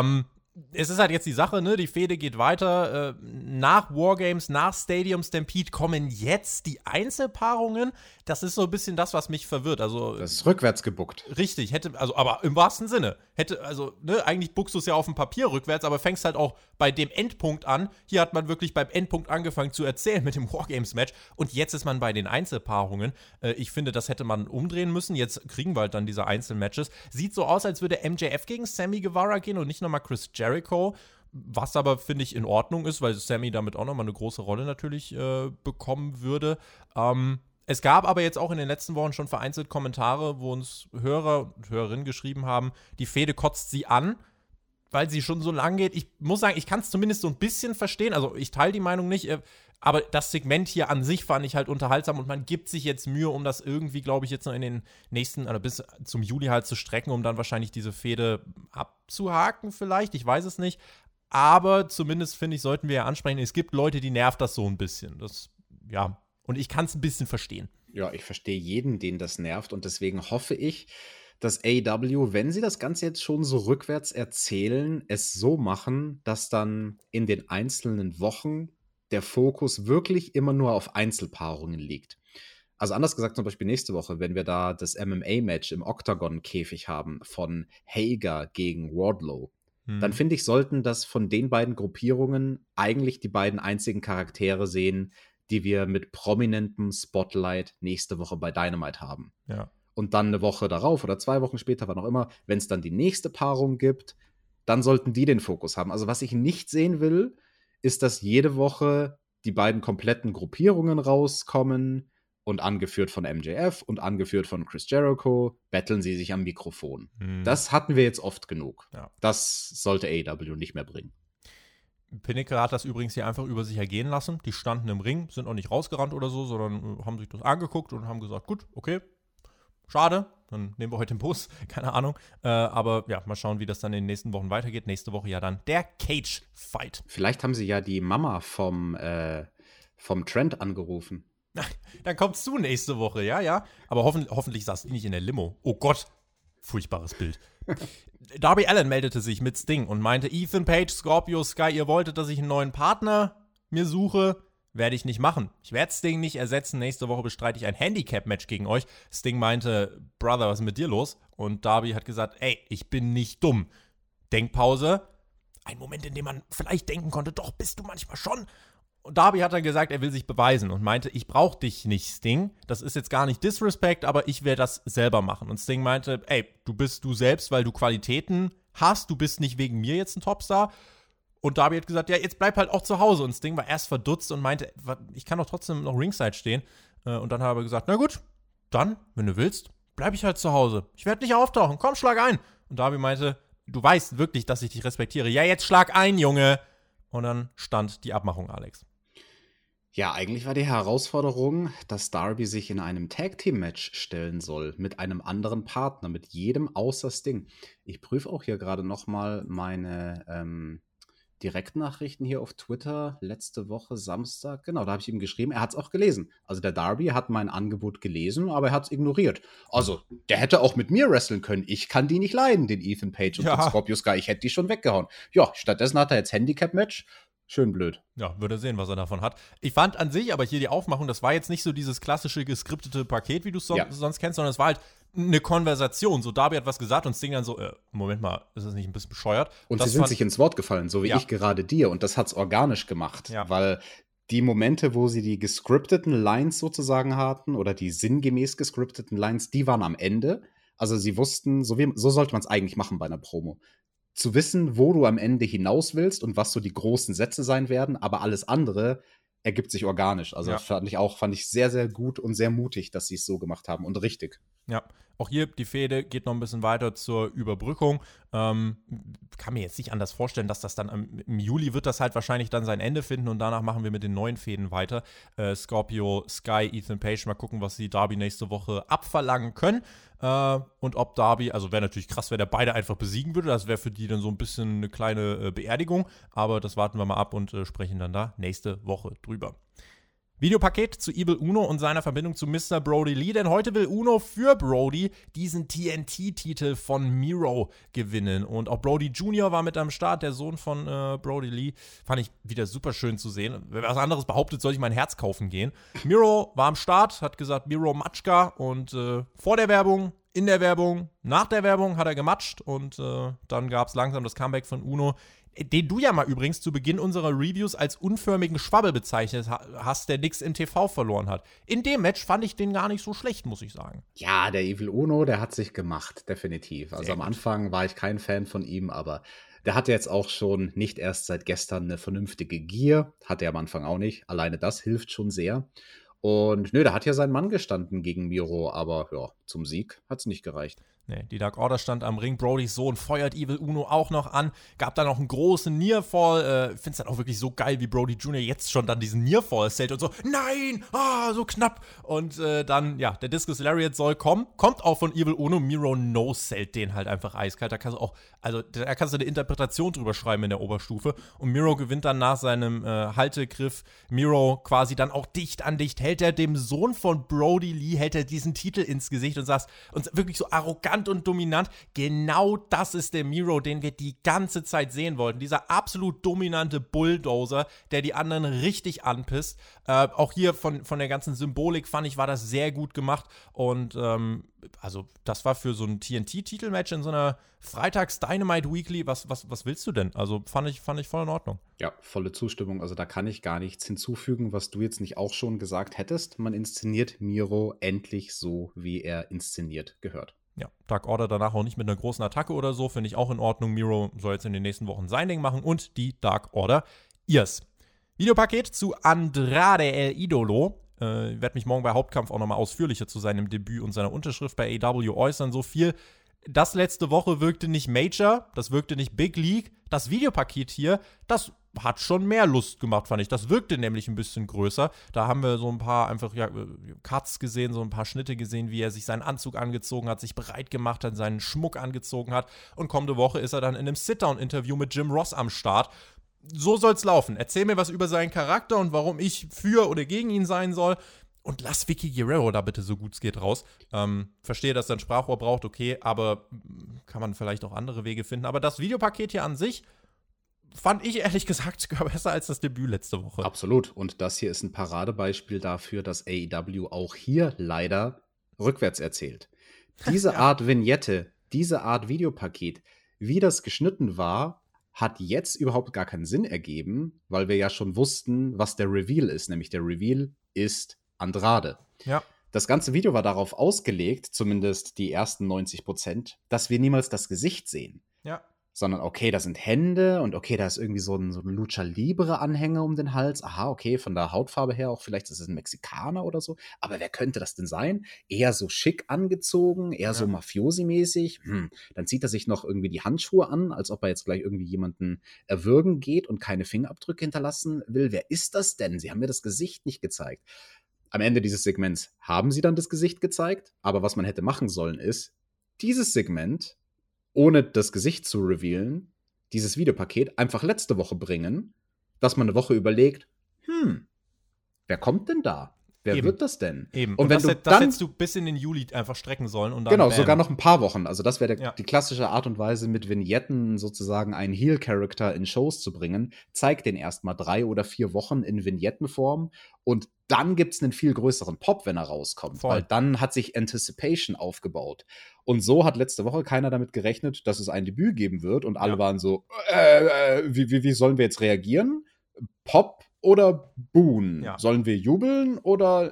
Es ist halt jetzt die Sache, ne? Die Fehde geht weiter. Nach Wargames, nach Stadium Stampede kommen jetzt die Einzelpaarungen. Das ist so ein bisschen das, was mich verwirrt. Also,
das ist rückwärts gebuckt.
Richtig, aber im wahrsten Sinne. Eigentlich buckst du es ja auf dem Papier rückwärts, aber fängst halt auch bei dem Endpunkt an. Hier hat man wirklich beim Endpunkt angefangen zu erzählen mit dem Wargames-Match. Und jetzt ist man bei den Einzelpaarungen. Ich finde, das hätte man umdrehen müssen. Jetzt kriegen wir halt dann diese Einzelmatches. Sieht so aus, als würde MJF gegen Sammy Guevara gehen und nicht nochmal Chris Jericho. Was aber, finde ich, in Ordnung ist, weil Sammy damit auch nochmal eine große Rolle natürlich bekommen würde. Es gab aber jetzt auch in den letzten Wochen schon vereinzelt Kommentare, wo uns Hörer und Hörerinnen geschrieben haben, die Fehde kotzt sie an, weil sie schon so lang geht. Ich muss sagen, ich kann es zumindest so ein bisschen verstehen. Also ich teile die Meinung nicht, aber das Segment hier an sich fand ich halt unterhaltsam und man gibt sich jetzt Mühe, um das irgendwie, glaube ich, jetzt noch in den nächsten, oder bis zum Juli halt zu strecken, um dann wahrscheinlich diese Fehde abzuhaken vielleicht. Ich weiß es nicht. Aber zumindest, finde ich, sollten wir ja ansprechen, es gibt Leute, die nervt das so ein bisschen. Und ich kann es ein bisschen verstehen.
Ja, ich verstehe jeden, den das nervt. Und deswegen hoffe ich, dass AEW, wenn sie das Ganze jetzt schon so rückwärts erzählen, es so machen, dass dann in den einzelnen Wochen der Fokus wirklich immer nur auf Einzelpaarungen liegt. Also anders gesagt, zum Beispiel nächste Woche, wenn wir da das MMA-Match im Octagon-Käfig haben von Hager gegen Wardlow, dann finde ich, sollten das von den beiden Gruppierungen eigentlich die beiden einzigen Charaktere sehen, die wir mit prominentem Spotlight nächste Woche bei Dynamite haben.
Ja.
Und dann eine Woche darauf oder 2 Wochen später, wann auch immer, wenn es dann die nächste Paarung gibt, dann sollten die den Fokus haben. Also was ich nicht sehen will, ist, dass jede Woche die beiden kompletten Gruppierungen rauskommen und angeführt von MJF und angeführt von Chris Jericho, betteln sie sich am Mikrofon. Das hatten wir jetzt oft genug.
Ja.
Das sollte AEW nicht mehr bringen.
Pinnacle hat das übrigens hier einfach über sich ergehen lassen. Die standen im Ring, sind auch nicht rausgerannt oder so, sondern haben sich das angeguckt und haben gesagt, gut, okay, schade, dann nehmen wir heute den Bus, keine Ahnung. Aber ja, mal schauen, wie das dann in den nächsten Wochen weitergeht. Nächste Woche ja dann der Cage-Fight.
Vielleicht haben sie ja die Mama vom Trent angerufen.
Dann kommst du nächste Woche, ja. Aber hoffentlich saß die nicht in der Limo. Oh Gott, furchtbares Bild. Darby Allin meldete sich mit Sting und meinte, Ethan Page, Scorpio Sky, ihr wolltet, dass ich einen neuen Partner mir suche. Werde ich nicht machen. Ich werde Sting nicht ersetzen. Nächste Woche bestreite ich ein Handicap-Match gegen euch. Sting meinte, Brother, was ist mit dir los? Und Darby hat gesagt, ey, ich bin nicht dumm. Denkpause. Ein Moment, in dem man vielleicht denken konnte, doch, bist du manchmal schon. Und Darby hat dann gesagt, er will sich beweisen und meinte, ich brauche dich nicht, Sting. Das ist jetzt gar nicht Disrespect, aber ich werde das selber machen. Und Sting meinte, ey, du bist du selbst, weil du Qualitäten hast. Du bist nicht wegen mir jetzt ein Topstar. Und Darby hat gesagt, ja, jetzt bleib halt auch zu Hause. Und Sting war erst verdutzt und meinte, ich kann doch trotzdem noch Ringside stehen. Und dann hat er gesagt, na gut, dann, wenn du willst, bleib ich halt zu Hause. Ich werde nicht auftauchen, komm, schlag ein. Und Darby meinte, du weißt wirklich, dass ich dich respektiere. Ja, jetzt schlag ein, Junge. Und dann stand die Abmachung, Alex.
Ja, eigentlich war die Herausforderung, dass Darby sich in einem Tag-Team-Match stellen soll mit einem anderen Partner, mit jedem außer Sting. Ich prüfe auch hier gerade nochmal meine Direktnachrichten hier auf Twitter letzte Woche Samstag. Genau, da habe ich ihm geschrieben, er hat es auch gelesen. Also der Darby hat mein Angebot gelesen, aber er hat es ignoriert. Also, der hätte auch mit mir wresteln können. Ich kann die nicht leiden, den Ethan Page und den Scorpio Sky. Ich hätte die schon weggehauen. Ja, stattdessen hat er jetzt Handicap-Match. Schön blöd.
Ja, würde sehen, was er davon hat. Ich fand an sich aber hier die Aufmachung, das war jetzt nicht so dieses klassische geskriptete Paket, wie du es sonst kennst, sondern es war halt eine Konversation. So, Darby hat was gesagt und Sting dann so, Moment mal, ist das nicht ein bisschen bescheuert?
Und sie sind sich ins Wort gefallen, so wie ich gerade dir. Und das hat es organisch gemacht, weil die Momente, wo sie die gescripteten Lines sozusagen hatten oder die sinngemäß gescripteten Lines, die waren am Ende. Also sie wussten, so sollte man es eigentlich machen bei einer Promo. Zu wissen, wo du am Ende hinaus willst und was so die großen Sätze sein werden, aber alles andere ergibt sich organisch. Also fand ich sehr, sehr gut und sehr mutig, dass sie es so gemacht haben und richtig.
Ja, auch hier die Fehde geht noch ein bisschen weiter zur Überbrückung. Kann mir jetzt nicht anders vorstellen, dass das dann im Juli wird das halt wahrscheinlich dann sein Ende finden und danach machen wir mit den neuen Fäden weiter. Scorpio, Sky, Ethan Page, mal gucken, was die Darby nächste Woche abverlangen können. Und ob Darby, also wäre natürlich krass, wenn er beide einfach besiegen würde. Das wäre für die dann so ein bisschen eine kleine Beerdigung. Aber das warten wir mal ab und sprechen dann da nächste Woche drüber. Videopaket zu Evil Uno und seiner Verbindung zu Mr. Brody Lee, denn heute will Uno für Brody diesen TNT-Titel von Miro gewinnen. Und auch Brody Jr. war mit am Start, der Sohn von Brody Lee. Fand ich wieder super schön zu sehen. Wer was anderes behauptet, soll ich mein Herz kaufen gehen. Miro war am Start, hat gesagt Miro Matschka und vor der Werbung, in der Werbung, nach der Werbung hat er gematscht und dann gab es langsam das Comeback von Uno, den du ja mal übrigens zu Beginn unserer Reviews als unförmigen Schwabbel bezeichnet hast, der nix im TV verloren hat. In dem Match fand ich den gar nicht so schlecht, muss ich sagen.
Ja, der Evil Uno, der hat sich gemacht, definitiv. Also am Anfang war ich kein Fan von ihm, aber der hatte jetzt auch schon nicht erst seit gestern eine vernünftige Gier. Hatte er am Anfang auch nicht. Alleine das hilft schon sehr. Und da hat ja sein Mann gestanden gegen Miro, aber ja, zum Sieg hat es nicht gereicht.
Nee, die Dark Order stand am Ring, Brodys Sohn feuert Evil Uno auch noch an, gab dann noch einen großen Nearfall, ich finde es dann auch wirklich so geil, wie Brody Jr. jetzt schon dann diesen Nearfall zählt und so, nein, so knapp und dann, ja, der Discus Lariat soll kommen, kommt auch von Evil Uno, Miro no-sellt den halt einfach eiskalt, da kannst du auch, also da kannst du eine Interpretation drüber schreiben in der Oberstufe und Miro gewinnt dann nach seinem Haltegriff, Miro quasi dann auch dicht an dicht, hält er dem Sohn von Brody Lee, hält er diesen Titel ins Gesicht und sagt, und wirklich so arrogant und dominant, genau das ist der Miro, den wir die ganze Zeit sehen wollten. Dieser absolut dominante Bulldozer, der die anderen richtig anpisst. Auch hier von der ganzen Symbolik fand ich, war das sehr gut gemacht und also das war für so ein TNT-Titelmatch in so einer Freitags-Dynamite Weekly, was willst du denn? Also fand ich voll in Ordnung.
Ja, volle Zustimmung. Also da kann ich gar nichts hinzufügen, was du jetzt nicht auch schon gesagt hättest. Man inszeniert Miro endlich so, wie er inszeniert gehört.
Ja, Dark Order danach auch nicht mit einer großen Attacke oder so, finde ich auch in Ordnung. Miro soll jetzt in den nächsten Wochen sein Ding machen und die Dark Order ihrs. Videopaket zu Andrade El Idolo. werde mich morgen bei Hauptkampf auch nochmal ausführlicher zu seinem Debüt und seiner Unterschrift bei AEW äußern. So viel. Das letzte Woche wirkte nicht Major, das wirkte nicht Big League. Das Videopaket hier, das hat schon mehr Lust gemacht, fand ich. Das wirkte nämlich ein bisschen größer. Da haben wir so ein paar einfach Cuts gesehen, so ein paar Schnitte gesehen, wie er sich seinen Anzug angezogen hat, sich bereit gemacht hat, seinen Schmuck angezogen hat. Und kommende Woche ist er dann in einem Sit-Down-Interview mit Jim Ross am Start. So soll's laufen. Erzähl mir was über seinen Charakter und warum ich für oder gegen ihn sein soll. Und lass Vicky Guerrero da bitte so gut es geht raus. Verstehe, dass er ein Sprachrohr braucht, okay, aber kann man vielleicht auch andere Wege finden. Aber das Videopaket hier an sich fand ich ehrlich gesagt sogar besser als das Debüt letzte Woche.
Absolut. Und das hier ist ein Paradebeispiel dafür, dass AEW auch hier leider rückwärts erzählt. Diese Art Vignette, diese Art Videopaket, wie das geschnitten war, hat jetzt überhaupt gar keinen Sinn ergeben, weil wir ja schon wussten, was der Reveal ist. Nämlich der Reveal ist Andrade.
Ja.
Das ganze Video war darauf ausgelegt, zumindest die ersten 90%, dass wir niemals das Gesicht sehen.
Ja.
Sondern, okay, da sind Hände und okay, da ist irgendwie so ein Lucha Libre-Anhänger um den Hals. Aha, okay, von der Hautfarbe her auch, vielleicht ist es ein Mexikaner oder so. Aber wer könnte das denn sein? Eher so schick angezogen, eher so Mafiosi-mäßig. Dann zieht er sich noch irgendwie die Handschuhe an, als ob er jetzt gleich irgendwie jemanden erwürgen geht und keine Fingerabdrücke hinterlassen will. Wer ist das denn? Sie haben mir das Gesicht nicht gezeigt. Am Ende dieses Segments haben sie dann das Gesicht gezeigt. Aber was man hätte machen sollen ist, dieses Segment ohne das Gesicht zu revealen, dieses Videopaket einfach letzte Woche bringen, dass man eine Woche überlegt, wer kommt denn da? Wer wird das denn?
Eben.
Und wenn
das hättest du bis in den Juli einfach strecken sollen. Und dann
genau, sogar noch ein paar Wochen. Also das wäre die klassische Art und Weise, mit Vignetten sozusagen einen Heel-Character in Shows zu bringen. Zeig den erstmal 3 oder 4 Wochen in Vignettenform und dann gibt es einen viel größeren Pop, wenn er rauskommt.
Voll.
Weil dann hat sich Anticipation aufgebaut. Und so hat letzte Woche keiner damit gerechnet, dass es ein Debüt geben wird. Und alle waren so, wie sollen wir jetzt reagieren? Pop oder buhen?
Ja.
Sollen wir jubeln oder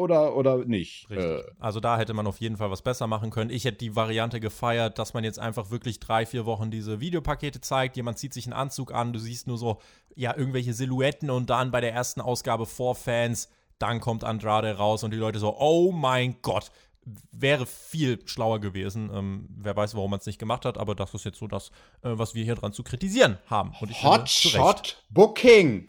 nicht?
Also da hätte man auf jeden Fall was besser machen können. Ich hätte die Variante gefeiert, dass man jetzt einfach wirklich 3-4 Wochen diese Videopakete zeigt. Jemand zieht sich einen Anzug an, du siehst nur so, irgendwelche Silhouetten und dann bei der ersten Ausgabe vor Fans, dann kommt Andrade raus und die Leute so, oh mein Gott, wäre viel schlauer gewesen. Wer weiß, warum man es nicht gemacht hat, aber das ist jetzt so das, was wir hier dran zu kritisieren haben. Und ich
Hot Shot Booking!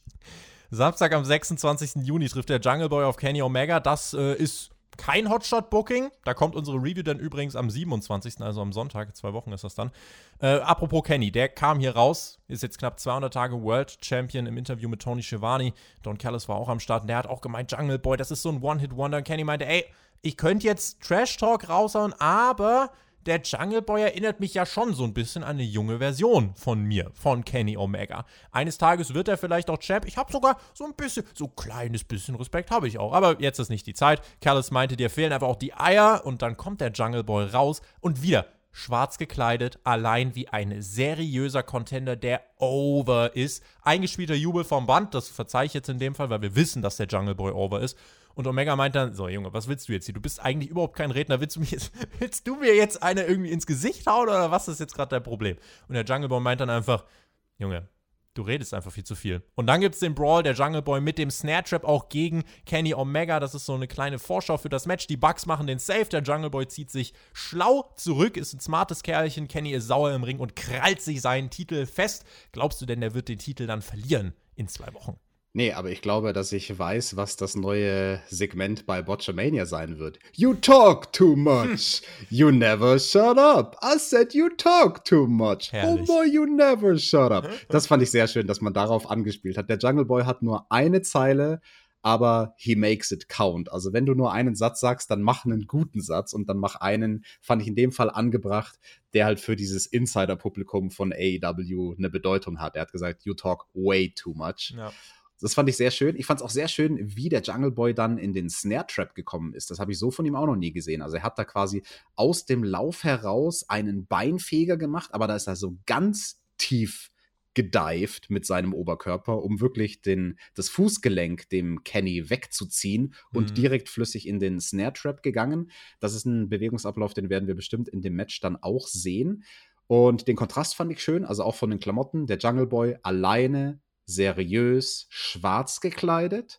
Samstag am 26. Juni trifft der Jungle Boy auf Kenny Omega. Das ist kein Hotshot-Booking. Da kommt unsere Review dann übrigens am 27., also am Sonntag, 2 Wochen ist das dann. Apropos Kenny, der kam hier raus, ist jetzt knapp 200 Tage World Champion im Interview mit Tony Schiavone. Don Callis war auch am Start und der hat auch gemeint, Jungle Boy, das ist so ein One-Hit-Wonder. Und Kenny meinte, ich könnte jetzt Trash-Talk raushauen, aber der Jungle Boy erinnert mich ja schon so ein bisschen an eine junge Version von mir, von Kenny Omega. Eines Tages wird er vielleicht auch Champ. Ich habe sogar so ein bisschen, so ein kleines bisschen Respekt habe ich auch. Aber jetzt ist nicht die Zeit. Callis meinte, dir fehlen einfach auch die Eier. Und dann kommt der Jungle Boy raus und wieder schwarz gekleidet, allein wie ein seriöser Contender, der over ist. Eingespielter Jubel vom Band, das verzeihe ich jetzt in dem Fall, weil wir wissen, dass der Jungle Boy over ist. Und Omega meint dann, so Junge, was willst du jetzt hier? Du bist eigentlich überhaupt kein Redner. Willst du mir jetzt eine irgendwie ins Gesicht hauen oder was ist jetzt gerade dein Problem? Und der Jungle Boy meint dann einfach, Junge, du redest einfach viel zu viel. Und dann gibt es den Brawl, der Jungle Boy mit dem Snare Trap auch gegen Kenny Omega. Das ist so eine kleine Vorschau für das Match. Die Bucks machen den Save. Der Jungle Boy zieht sich schlau zurück, ist ein smartes Kerlchen. Kenny ist sauer im Ring und krallt sich seinen Titel fest. Glaubst du denn, der wird den Titel dann verlieren in 2 Wochen?
Nee, aber ich glaube, dass ich weiß, was das neue Segment bei Botchamania sein wird. You talk too much. You never shut up. I said you talk too much.
Herrlich.
Oh boy, you never shut up. Das fand ich sehr schön, dass man darauf angespielt hat. Der Jungle Boy hat nur eine Zeile, aber he makes it count. Also wenn du nur einen Satz sagst, dann mach einen guten Satz und dann mach einen, fand ich in dem Fall angebracht, der halt für dieses Insider-Publikum von AEW eine Bedeutung hat. Er hat gesagt, you talk way too much.
Ja.
Das fand ich sehr schön. Ich fand es auch sehr schön, wie der Jungle Boy dann in den Snare Trap gekommen ist. Das habe ich so von ihm auch noch nie gesehen. Also er hat da quasi aus dem Lauf heraus einen Beinfeger gemacht, aber da ist er so ganz tief gedived mit seinem Oberkörper, um wirklich das Fußgelenk dem Kenny wegzuziehen und direkt flüssig in den Snare Trap gegangen. Das ist ein Bewegungsablauf, den werden wir bestimmt in dem Match dann auch sehen. Und den Kontrast fand ich schön, also auch von den Klamotten. Der Jungle Boy alleine, seriös, schwarz gekleidet.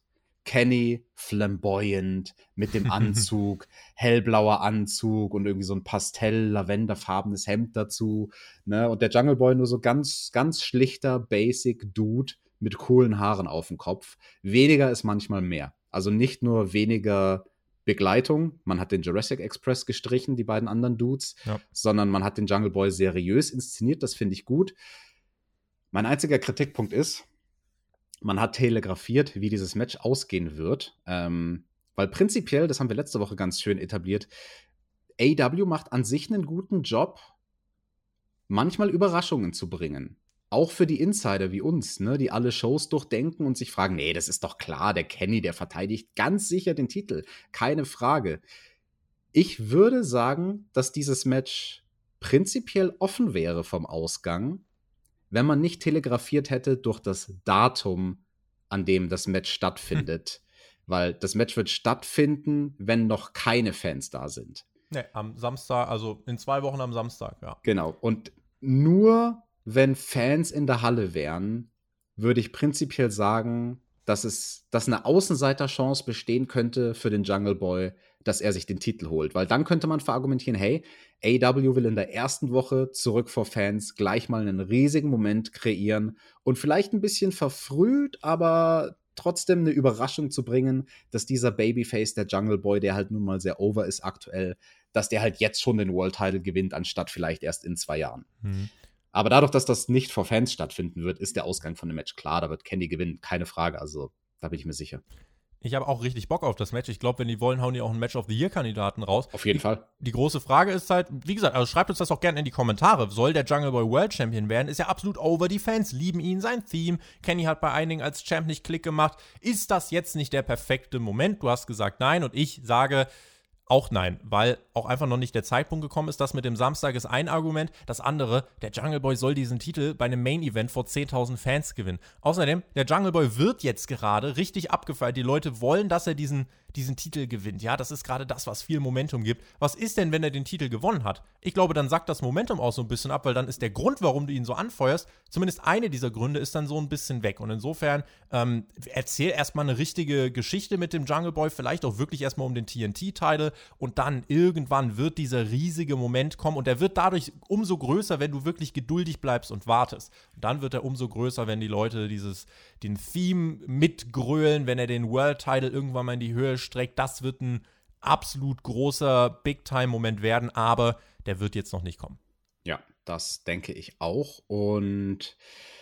Kenny flamboyant mit dem Anzug, hellblauer Anzug und irgendwie so ein pastell-lavenderfarbenes Hemd dazu. Ne? Und der Jungle Boy nur so ganz, ganz schlichter, basic Dude mit coolen Haaren auf dem Kopf. Weniger ist manchmal mehr. Also nicht nur weniger Begleitung, man hat den Jurassic Express gestrichen, die beiden anderen Dudes, sondern man hat den Jungle Boy seriös inszeniert, das finde ich gut. Mein einziger Kritikpunkt ist, man hat telegrafiert, wie dieses Match ausgehen wird, weil prinzipiell, das haben wir letzte Woche ganz schön etabliert, AEW macht an sich einen guten Job, manchmal Überraschungen zu bringen. Auch für die Insider wie uns, ne, die alle Shows durchdenken und sich fragen, nee, das ist doch klar, der Kenny, der verteidigt ganz sicher den Titel. Keine Frage. Ich würde sagen, dass dieses Match prinzipiell offen wäre vom Ausgang, wenn man nicht telegrafiert hätte durch das Datum, an dem das Match stattfindet. Weil das Match wird stattfinden, wenn noch keine Fans da sind.
Ne, am Samstag, also in 2 Wochen am Samstag, ja.
Genau. Und nur wenn Fans in der Halle wären, würde ich prinzipiell sagen, dass eine Außenseiterchance bestehen könnte für den Jungle Boy, dass er sich den Titel holt. Weil dann könnte man verargumentieren, hey, AEW will in der ersten Woche zurück vor Fans gleich mal einen riesigen Moment kreieren und vielleicht ein bisschen verfrüht, aber trotzdem eine Überraschung zu bringen, dass dieser Babyface, der Jungle Boy, der halt nun mal sehr over ist aktuell, dass der halt jetzt schon den World Title gewinnt, anstatt vielleicht erst in 2 Jahren. Aber dadurch, dass das nicht vor Fans stattfinden wird, ist der Ausgang von dem Match klar. Da wird Kenny gewinnen, keine Frage. Also, da bin ich mir sicher.
Ich habe auch richtig Bock auf das Match. Ich glaube, wenn die wollen, hauen die auch einen Match-of-the-Year-Kandidaten raus.
Auf jeden Fall.
Die große Frage ist halt, wie gesagt, also schreibt uns das auch gerne in die Kommentare. Soll der Jungle Boy World Champion werden? Ist ja absolut over. Die Fans lieben ihn, sein Theme. Kenny hat bei einigen als Champ nicht Klick gemacht. Ist das jetzt nicht der perfekte Moment? Du hast gesagt nein und ich sage auch nein, weil auch einfach noch nicht der Zeitpunkt gekommen ist. Das mit dem Samstag ist ein Argument. Das andere, der Jungle Boy soll diesen Titel bei einem Main-Event vor 10.000 Fans gewinnen. Außerdem, der Jungle Boy wird jetzt gerade richtig abgefeiert. Die Leute wollen, dass er diesen Titel gewinnt. Ja, das ist gerade das, was viel Momentum gibt. Was ist denn, wenn er den Titel gewonnen hat? Ich glaube, dann sackt das Momentum auch so ein bisschen ab, weil dann ist der Grund, warum du ihn so anfeuerst, zumindest eine dieser Gründe ist dann so ein bisschen weg. Und insofern erzähl erstmal eine richtige Geschichte mit dem Jungle Boy, vielleicht auch wirklich erstmal um den TNT-Titel und dann irgendwann wird dieser riesige Moment kommen und der wird dadurch umso größer, wenn du wirklich geduldig bleibst und wartest. Und dann wird er umso größer, wenn die Leute den Theme mitgrölen, wenn er den World-Title irgendwann mal in die Höhe streckt. Das wird ein absolut großer Big-Time-Moment werden, aber der wird jetzt noch nicht kommen.
Ja, das denke ich auch. Und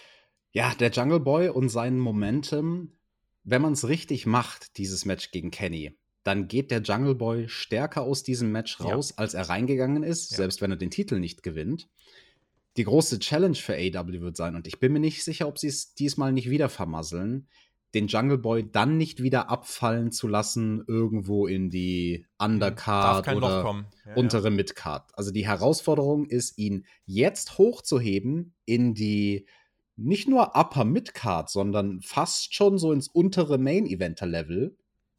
ja, der Jungle Boy und sein Momentum, wenn man es richtig macht, dieses Match gegen Kenny, dann geht der Jungle Boy stärker aus diesem Match raus, als er reingegangen ist, selbst wenn er den Titel nicht gewinnt. Die große Challenge für AEW wird sein, und ich bin mir nicht sicher, ob sie es diesmal nicht wieder vermasseln, den Jungle Boy dann nicht wieder abfallen zu lassen, irgendwo in die Undercard oder untere Midcard. Also die Herausforderung ist, ihn jetzt hochzuheben in die nicht nur Upper Midcard, sondern fast schon so ins untere Main-Eventer-Level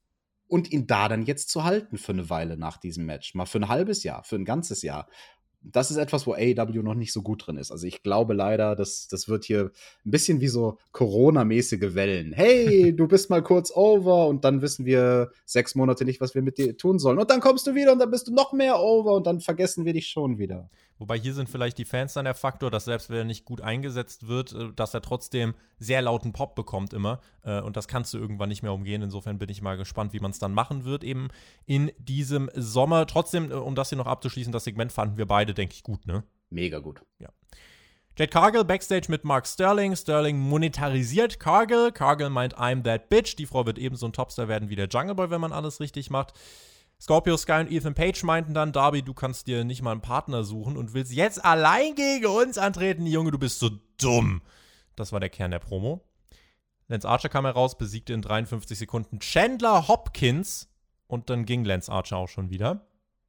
und ihn da dann jetzt zu halten für eine Weile nach diesem Match. Mal für ein halbes Jahr, für ein ganzes Jahr. Das ist etwas, wo AEW noch nicht so gut drin ist. Also ich glaube leider, das wird hier ein bisschen wie so Corona-mäßige Wellen. Hey, du bist mal kurz over und dann wissen wir 6 Monate nicht, was wir mit dir tun sollen. Und dann kommst du wieder und dann bist du noch mehr over und dann vergessen wir dich schon wieder.
Wobei hier sind vielleicht die Fans dann der Faktor, dass selbst wenn er nicht gut eingesetzt wird, dass er trotzdem sehr lauten Pop bekommt immer. Und das kannst du irgendwann nicht mehr umgehen. Insofern bin ich mal gespannt, wie man es dann machen wird eben in diesem Sommer. Trotzdem, um das hier noch abzuschließen, das Segment fanden wir beide, denke ich, gut, ne?
Mega gut.
Ja. Jade Cargill backstage mit Mark Sterling. Sterling monetarisiert Cargill. Cargill meint, I'm that bitch. Die Frau wird ebenso ein Topstar werden wie der Jungle Boy, wenn man alles richtig macht. Scorpio Sky und Ethan Page meinten dann, Darby, du kannst dir nicht mal einen Partner suchen und willst jetzt allein gegen uns antreten. Junge, du bist so dumm. Das war der Kern der Promo. Lance Archer kam heraus, besiegte in 53 Sekunden Chandler Hopkins und dann ging Lance Archer auch schon wieder.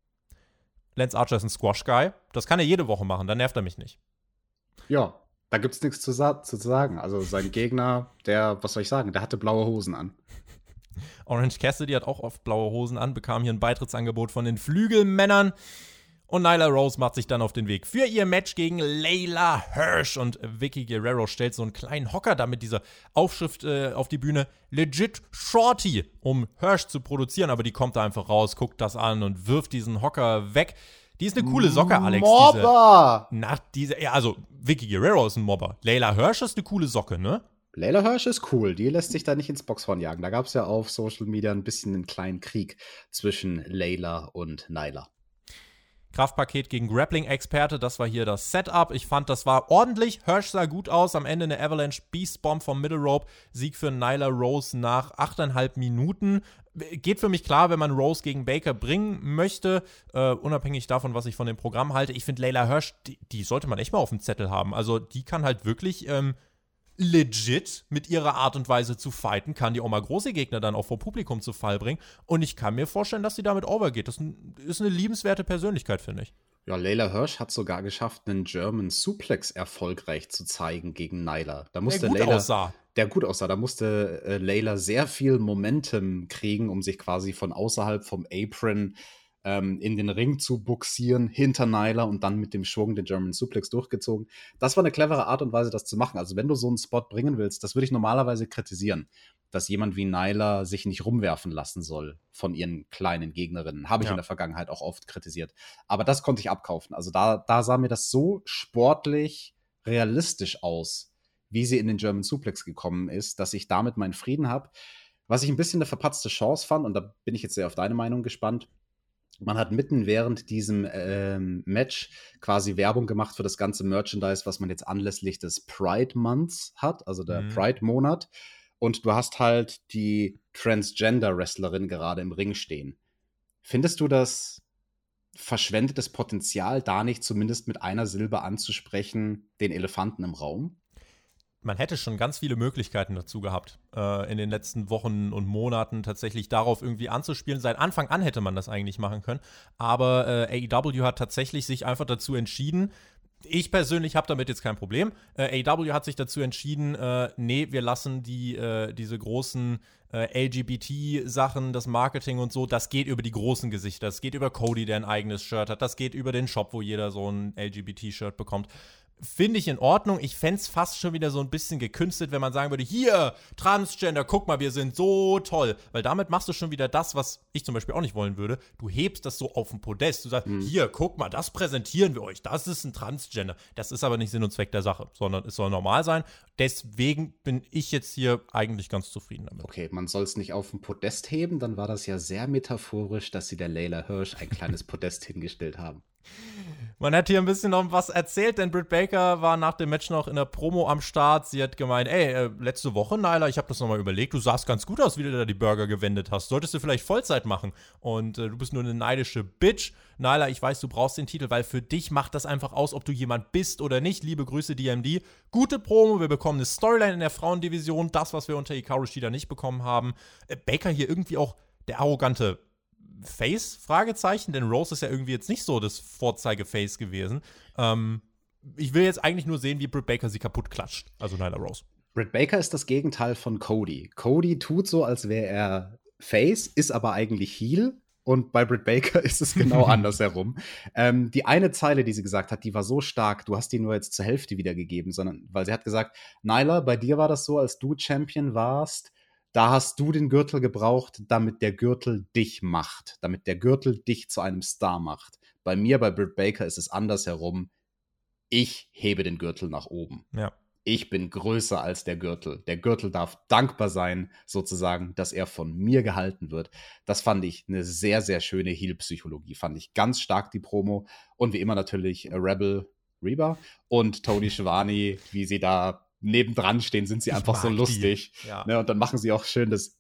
Lance Archer ist ein Squash-Guy. Das kann er jede Woche machen, dann nervt er mich nicht.
Ja, da gibt's nichts zu sagen. Also sein Gegner, was soll ich sagen, der hatte blaue Hosen an.
Orange Cassidy hat auch oft blaue Hosen an, bekam hier ein Beitrittsangebot von den Flügelmännern. Und Nyla Rose macht sich dann auf den Weg für ihr Match gegen Layla Hirsch. Und Vicky Guerrero stellt so einen kleinen Hocker da mit dieser Aufschrift auf die Bühne. Legit Shorty, um Hirsch zu produzieren. Aber die kommt da einfach raus, guckt das an und wirft diesen Hocker weg. Die ist eine coole Socke, Alex.
Mobber!
Also Vicky Guerrero ist ein Mobber. Layla Hirsch ist eine coole Socke, ne?
Layla Hirsch ist cool, die lässt sich da nicht ins Boxhorn jagen. Da gab es ja auf Social Media ein bisschen einen kleinen Krieg zwischen Layla und Nyla.
Kraftpaket gegen Grappling-Experte, das war hier das Setup. Ich fand, das war ordentlich. Hirsch sah gut aus. Am Ende eine Avalanche Beast Bomb vom Middle Rope. Sieg für Nyla Rose nach 8,5 Minuten. Geht für mich klar, wenn man Rose gegen Baker bringen möchte. Unabhängig davon, was ich von dem Programm halte. Ich finde, Layla Hirsch, die sollte man echt mal auf dem Zettel haben. Also die kann halt wirklich legit mit ihrer Art und Weise zu fighten, kann die auch mal große Gegner dann auch vor Publikum zu Fall bringen. Und ich kann mir vorstellen, dass sie damit overgeht. Das ist eine liebenswerte Persönlichkeit, finde ich.
Ja, Layla Hirsch hat sogar geschafft, einen German Suplex erfolgreich zu zeigen gegen Nyla. Da musste der gut aussah. Da musste Layla sehr viel Momentum kriegen, um sich quasi von außerhalb vom Apron in den Ring zu buxieren, hinter Nyla und dann mit dem Schwung den German Suplex durchgezogen. Das war eine clevere Art und Weise, das zu machen. Also wenn du so einen Spot bringen willst, das würde ich normalerweise kritisieren, dass jemand wie Nyla sich nicht rumwerfen lassen soll von ihren kleinen Gegnerinnen. Habe ich in der Vergangenheit auch oft kritisiert. Aber das konnte ich abkaufen. Also da sah mir das so sportlich realistisch aus, wie sie in den German Suplex gekommen ist, dass ich damit meinen Frieden habe. Was ich ein bisschen eine verpatzte Chance fand, und da bin ich jetzt sehr auf deine Meinung gespannt, man hat mitten während diesem Match quasi Werbung gemacht für das ganze Merchandise, was man jetzt anlässlich des Pride Months hat, also der Pride-Monat. Und du hast halt die Transgender-Wrestlerin gerade im Ring stehen. Findest du das verschwendetes Potenzial, da nicht zumindest mit einer Silbe anzusprechen, den Elefanten im Raum?
Man hätte schon ganz viele Möglichkeiten dazu gehabt, in den letzten Wochen und Monaten tatsächlich darauf irgendwie anzuspielen. Seit Anfang an hätte man das eigentlich machen können. Aber AEW hat tatsächlich sich einfach dazu entschieden, ich persönlich habe damit jetzt kein Problem. AEW hat sich dazu entschieden, nee, wir lassen diese großen LGBT-Sachen, das Marketing und so, das geht über die großen Gesichter. Das geht über Cody, der ein eigenes Shirt hat. Das geht über den Shop, wo jeder so ein LGBT-Shirt bekommt. Finde ich in Ordnung. Ich fände es fast schon wieder so ein bisschen gekünstelt, wenn man sagen würde, hier, Transgender, guck mal, wir sind so toll. Weil damit machst du schon wieder das, was ich zum Beispiel auch nicht wollen würde. Du hebst das so auf den Podest. Du sagst, hier, guck mal, das präsentieren wir euch. Das ist ein Transgender. Das ist aber nicht Sinn und Zweck der Sache, sondern es soll normal sein. Deswegen bin ich jetzt hier eigentlich ganz zufrieden damit.
Okay, man soll es nicht auf den Podest heben. Dann war das ja sehr metaphorisch, dass sie der Layla Hirsch ein kleines Podest hingestellt haben.
Man hat hier ein bisschen noch was erzählt, denn Britt Baker war nach dem Match noch in der Promo am Start. Sie hat gemeint, letzte Woche, Nyla, ich habe das nochmal überlegt, du sahst ganz gut aus, wie du da die Burger gewendet hast. Solltest du vielleicht Vollzeit machen. Und du bist nur eine neidische Bitch. Nyla, ich weiß, du brauchst den Titel, weil für dich macht das einfach aus, ob du jemand bist oder nicht. Liebe Grüße, DMD. Gute Promo, wir bekommen eine Storyline in der Frauendivision. Das, was wir unter Hikaru Shida nicht bekommen haben. Baker hier irgendwie auch der arrogante Face? Fragezeichen, denn Rose ist ja irgendwie jetzt nicht so das Vorzeige-Face gewesen. Ich will jetzt eigentlich nur sehen, wie Britt Baker sie kaputt klatscht, also Nyla Rose.
Britt Baker ist das Gegenteil von Cody. Cody tut so, als wäre er Face, ist aber eigentlich Heel. Und bei Britt Baker ist es genau andersherum. Die eine Zeile, die sie gesagt hat, die war so stark, du hast die nur jetzt zur Hälfte wiedergegeben, weil sie hat gesagt, Nyla, bei dir war das so, als du Champion warst, da hast du den Gürtel gebraucht, damit der Gürtel dich macht, damit der Gürtel dich zu einem Star macht. Bei mir, bei Britt Baker, ist es andersherum. Ich hebe den Gürtel nach oben.
Ja.
Ich bin größer als der Gürtel. Der Gürtel darf dankbar sein, sozusagen, dass er von mir gehalten wird. Das fand ich eine sehr, sehr schöne Heel-Psychologie. Fand ich ganz stark, die Promo. Und wie immer natürlich Rebel Reba und Tony Schiavone, wie sie da nebendran stehen, sind sie einfach so lustig.
Ja.
Ne, und dann machen sie auch schön das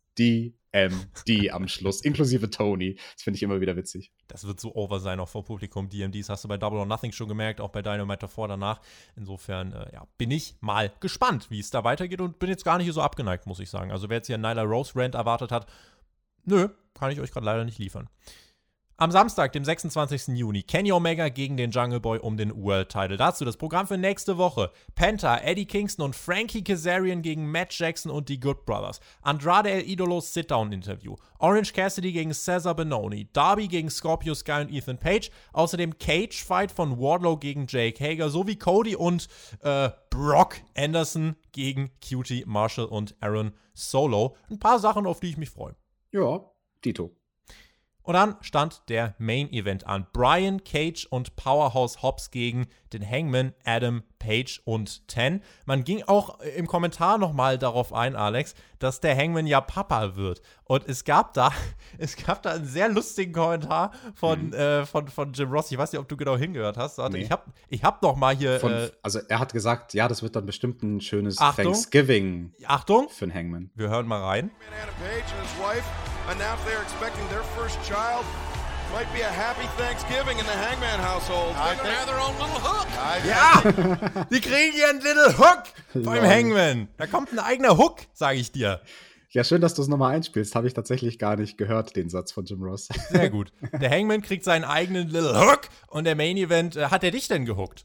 DMD am Schluss, inklusive Tony. Das finde ich immer wieder witzig.
Das wird so over sein, auch vor Publikum. DMDs hast du bei Double or Nothing schon gemerkt, auch bei Dynamite davor, danach. Insofern, bin ich mal gespannt, wie es da weitergeht und bin jetzt gar nicht so abgeneigt, muss ich sagen. Also wer jetzt hier einen Nyla Rose Rant erwartet hat, nö, kann ich euch gerade leider nicht liefern. Am Samstag, dem 26. Juni, Kenny Omega gegen den Jungle Boy um den World Title. Dazu das Programm für nächste Woche. Penta, Eddie Kingston und Frankie Kazarian gegen Matt Jackson und die Good Brothers. Andrade El Idolos Sit-Down-Interview. Orange Cassidy gegen Cesar Bononi. Darby gegen Scorpio Sky und Ethan Page. Außerdem Cage-Fight von Wardlow gegen Jake Hager sowie Cody und Brock Anderson gegen QT Marshall und Aaron Solo. Ein paar Sachen, auf die ich mich freue.
Ja, Dito.
Und dann stand der Main Event an. Brian Cage und Powerhouse Hobbs gegen den Hangman Adam Page und Ten. Man ging auch im Kommentar nochmal darauf ein, Alex, dass der Hangman ja Papa wird. Und es gab da einen sehr lustigen Kommentar von Jim Ross. Ich weiß nicht, ob du genau hingehört hast. Also
Nee.
Ich hab noch mal hier
Also er hat gesagt, ja, das wird dann bestimmt ein schönes
Achtung.
Thanksgiving
Achtung,
für den Hangman.
wir hören mal rein.
Adam Page and his wife announced they are expecting their first child. Might be a happy Thanksgiving in the Hangman household.
I think have their own little hook.
Ja, die kriegen hier einen Little Hook beim
Lol.
Hangman. Da kommt ein eigener Hook, sage ich dir.
Ja, schön, dass du es nochmal einspielst. Habe ich tatsächlich gar nicht gehört, den Satz von Jim Ross.
Sehr gut. Der Hangman kriegt seinen eigenen Little Hook und der Main Event, hat er dich denn gehuckt?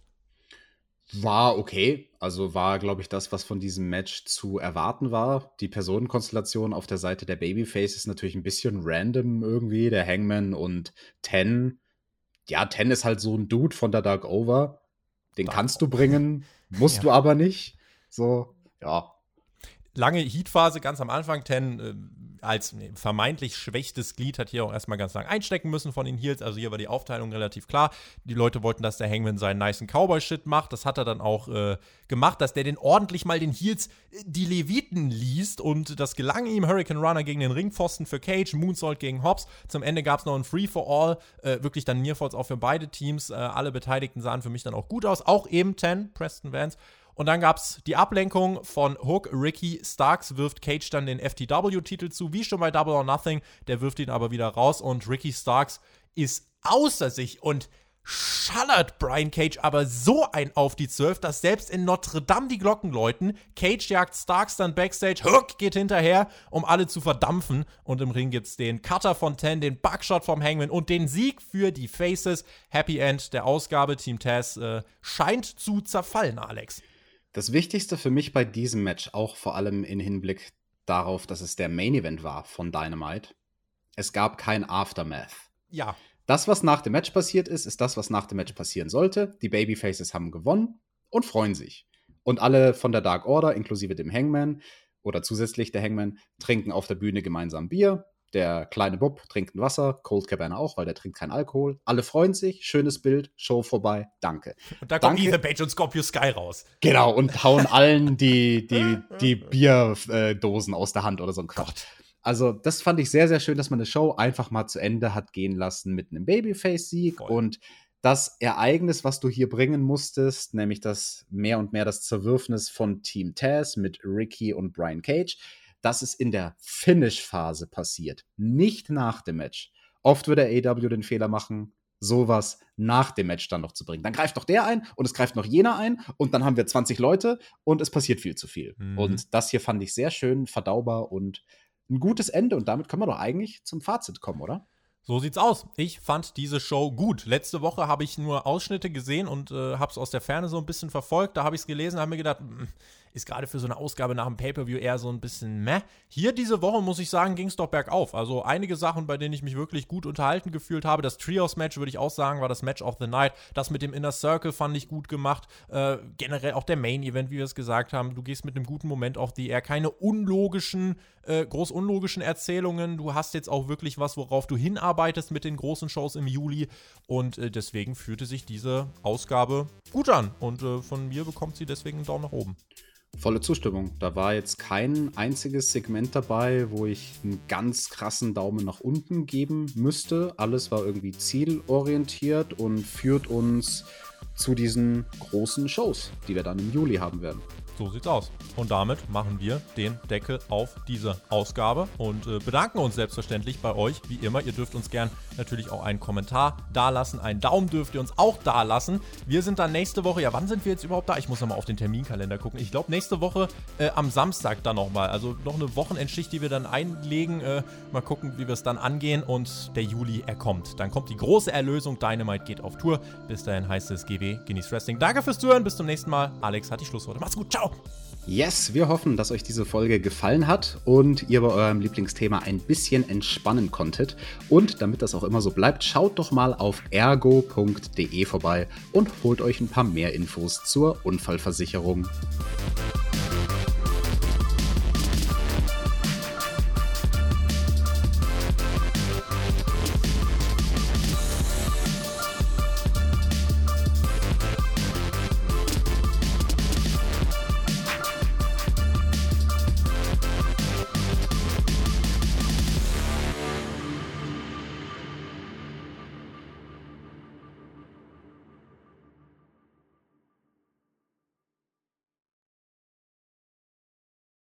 War okay. Also war, glaube ich, das, was von diesem Match zu erwarten war. Die Personenkonstellation auf der Seite der Babyface ist natürlich ein bisschen random irgendwie. Der Hangman und Ten. Ja, Ten ist halt so ein Dude von der Dark Over. Den kannst du bringen, musst du aber nicht. So, ja.
Lange Heatphase ganz am Anfang. Ten als vermeintlich schwächstes Glied hat hier auch erstmal ganz lang einstecken müssen von den Heels. Also hier war die Aufteilung relativ klar. Die Leute wollten, dass der Hangman seinen nicen Cowboy-Shit macht. Das hat er dann auch gemacht, dass der den ordentlich mal den Heels die Leviten liest. Und das gelang ihm. Hurricane Runner gegen den Ringpfosten für Cage, Moonsault gegen Hobbs. Zum Ende gab es noch ein Free-for-All. Wirklich dann Nearfalls auch für beide Teams. Alle Beteiligten sahen für mich dann auch gut aus. Auch eben Ten, Preston Vance. Und dann gab es die Ablenkung von Hook. Ricky Starks wirft Cage dann den FTW-Titel zu, wie schon bei Double or Nothing. Der wirft ihn aber wieder raus und Ricky Starks ist außer sich und schallert Brian Cage aber so ein auf die 12, dass selbst in Notre Dame die Glocken läuten. Cage jagt Starks dann Backstage, Hook geht hinterher, um alle zu verdampfen. Und im Ring gibt's den Cutter von Ten, den Buckshot vom Hangman und den Sieg für die Faces. Happy End der Ausgabe. Team Taz scheint zu zerfallen, Alex.
Das Wichtigste für mich bei diesem Match, auch vor allem in Hinblick darauf, dass es der Main Event war von Dynamite, es gab kein Aftermath.
Ja.
Das, was nach dem Match passiert ist, ist das, was nach dem Match passieren sollte. Die Babyfaces haben gewonnen und freuen sich. Und alle von der Dark Order, inklusive dem Hangman oder zusätzlich der Hangman, trinken auf der Bühne gemeinsam Bier. Der kleine Bub trinkt ein Wasser, Colt Cabana auch, weil der trinkt keinen Alkohol. Alle freuen sich, schönes Bild, Show vorbei, danke.
Und da kommt Ethan Page und Scorpio Sky raus.
Genau, und hauen allen die Bierdosen aus der Hand oder so ein Quatsch. Also das fand ich sehr, sehr schön, dass man eine Show einfach mal zu Ende hat gehen lassen mit einem Babyface-Sieg.
Voll.
Und das Ereignis, was du hier bringen musstest, nämlich das mehr und mehr das Zerwürfnis von Team Taz mit Ricky und Brian Cage, das ist in der Finish-Phase passiert, nicht nach dem Match. Oft würde AEW den Fehler machen, sowas nach dem Match dann noch zu bringen. Dann greift noch der ein und es greift noch jener ein und dann haben wir 20 Leute und es passiert viel zu viel.
Mhm.
Und das hier fand ich sehr schön, verdaubar und ein gutes Ende. Und damit können wir doch eigentlich zum Fazit kommen, oder?
So sieht's aus. Ich fand diese Show gut. Letzte Woche habe ich nur Ausschnitte gesehen und habe es aus der Ferne so ein bisschen verfolgt. Da habe ich es gelesen und habe mir gedacht, ist gerade für so eine Ausgabe nach dem Pay-Per-View eher so ein bisschen meh. Hier diese Woche, muss ich sagen, ging es doch bergauf. Also einige Sachen, bei denen ich mich wirklich gut unterhalten gefühlt habe. Das Trios-Match, würde ich auch sagen, war das Match of the Night. Das mit dem Inner Circle fand ich gut gemacht. Generell auch der Main-Event, wie wir es gesagt haben. Du gehst mit einem guten Moment auf die Air. Keine groß unlogischen Erzählungen. Du hast jetzt auch wirklich was, worauf du hinarbeitest mit den großen Shows im Juli. Und deswegen fühlte sich diese Ausgabe gut an. Und von mir bekommt sie deswegen einen Daumen nach oben.
Volle Zustimmung. Da war jetzt kein einziges Segment dabei, wo ich einen ganz krassen Daumen nach unten geben müsste. Alles war irgendwie zielorientiert und führt uns zu diesen großen Shows, die wir dann im Juli haben werden.
So sieht's aus. Und damit machen wir den Deckel auf diese Ausgabe und bedanken uns selbstverständlich bei euch, wie immer. Ihr dürft uns gern natürlich auch einen Kommentar dalassen. Einen Daumen dürft ihr uns auch dalassen. Wir sind dann nächste Woche, ja, wann sind wir jetzt überhaupt da? Ich muss nochmal auf den Terminkalender gucken. Ich glaube, nächste Woche am Samstag dann nochmal. Also noch eine Wochenendschicht, die wir dann einlegen. Mal gucken, wie wir es dann angehen. Und der Juli, er kommt. Dann kommt die große Erlösung. Dynamite geht auf Tour. Bis dahin heißt es GW, genießt Wrestling. Danke fürs Zuhören. Bis zum nächsten Mal. Alex hat die Schlussworte. Macht's gut. Ciao.
Yes, wir hoffen, dass euch diese Folge gefallen hat und ihr bei eurem Lieblingsthema ein bisschen entspannen konntet. Und damit das auch immer so bleibt, schaut doch mal auf ergo.de vorbei und holt euch ein paar mehr Infos zur Unfallversicherung.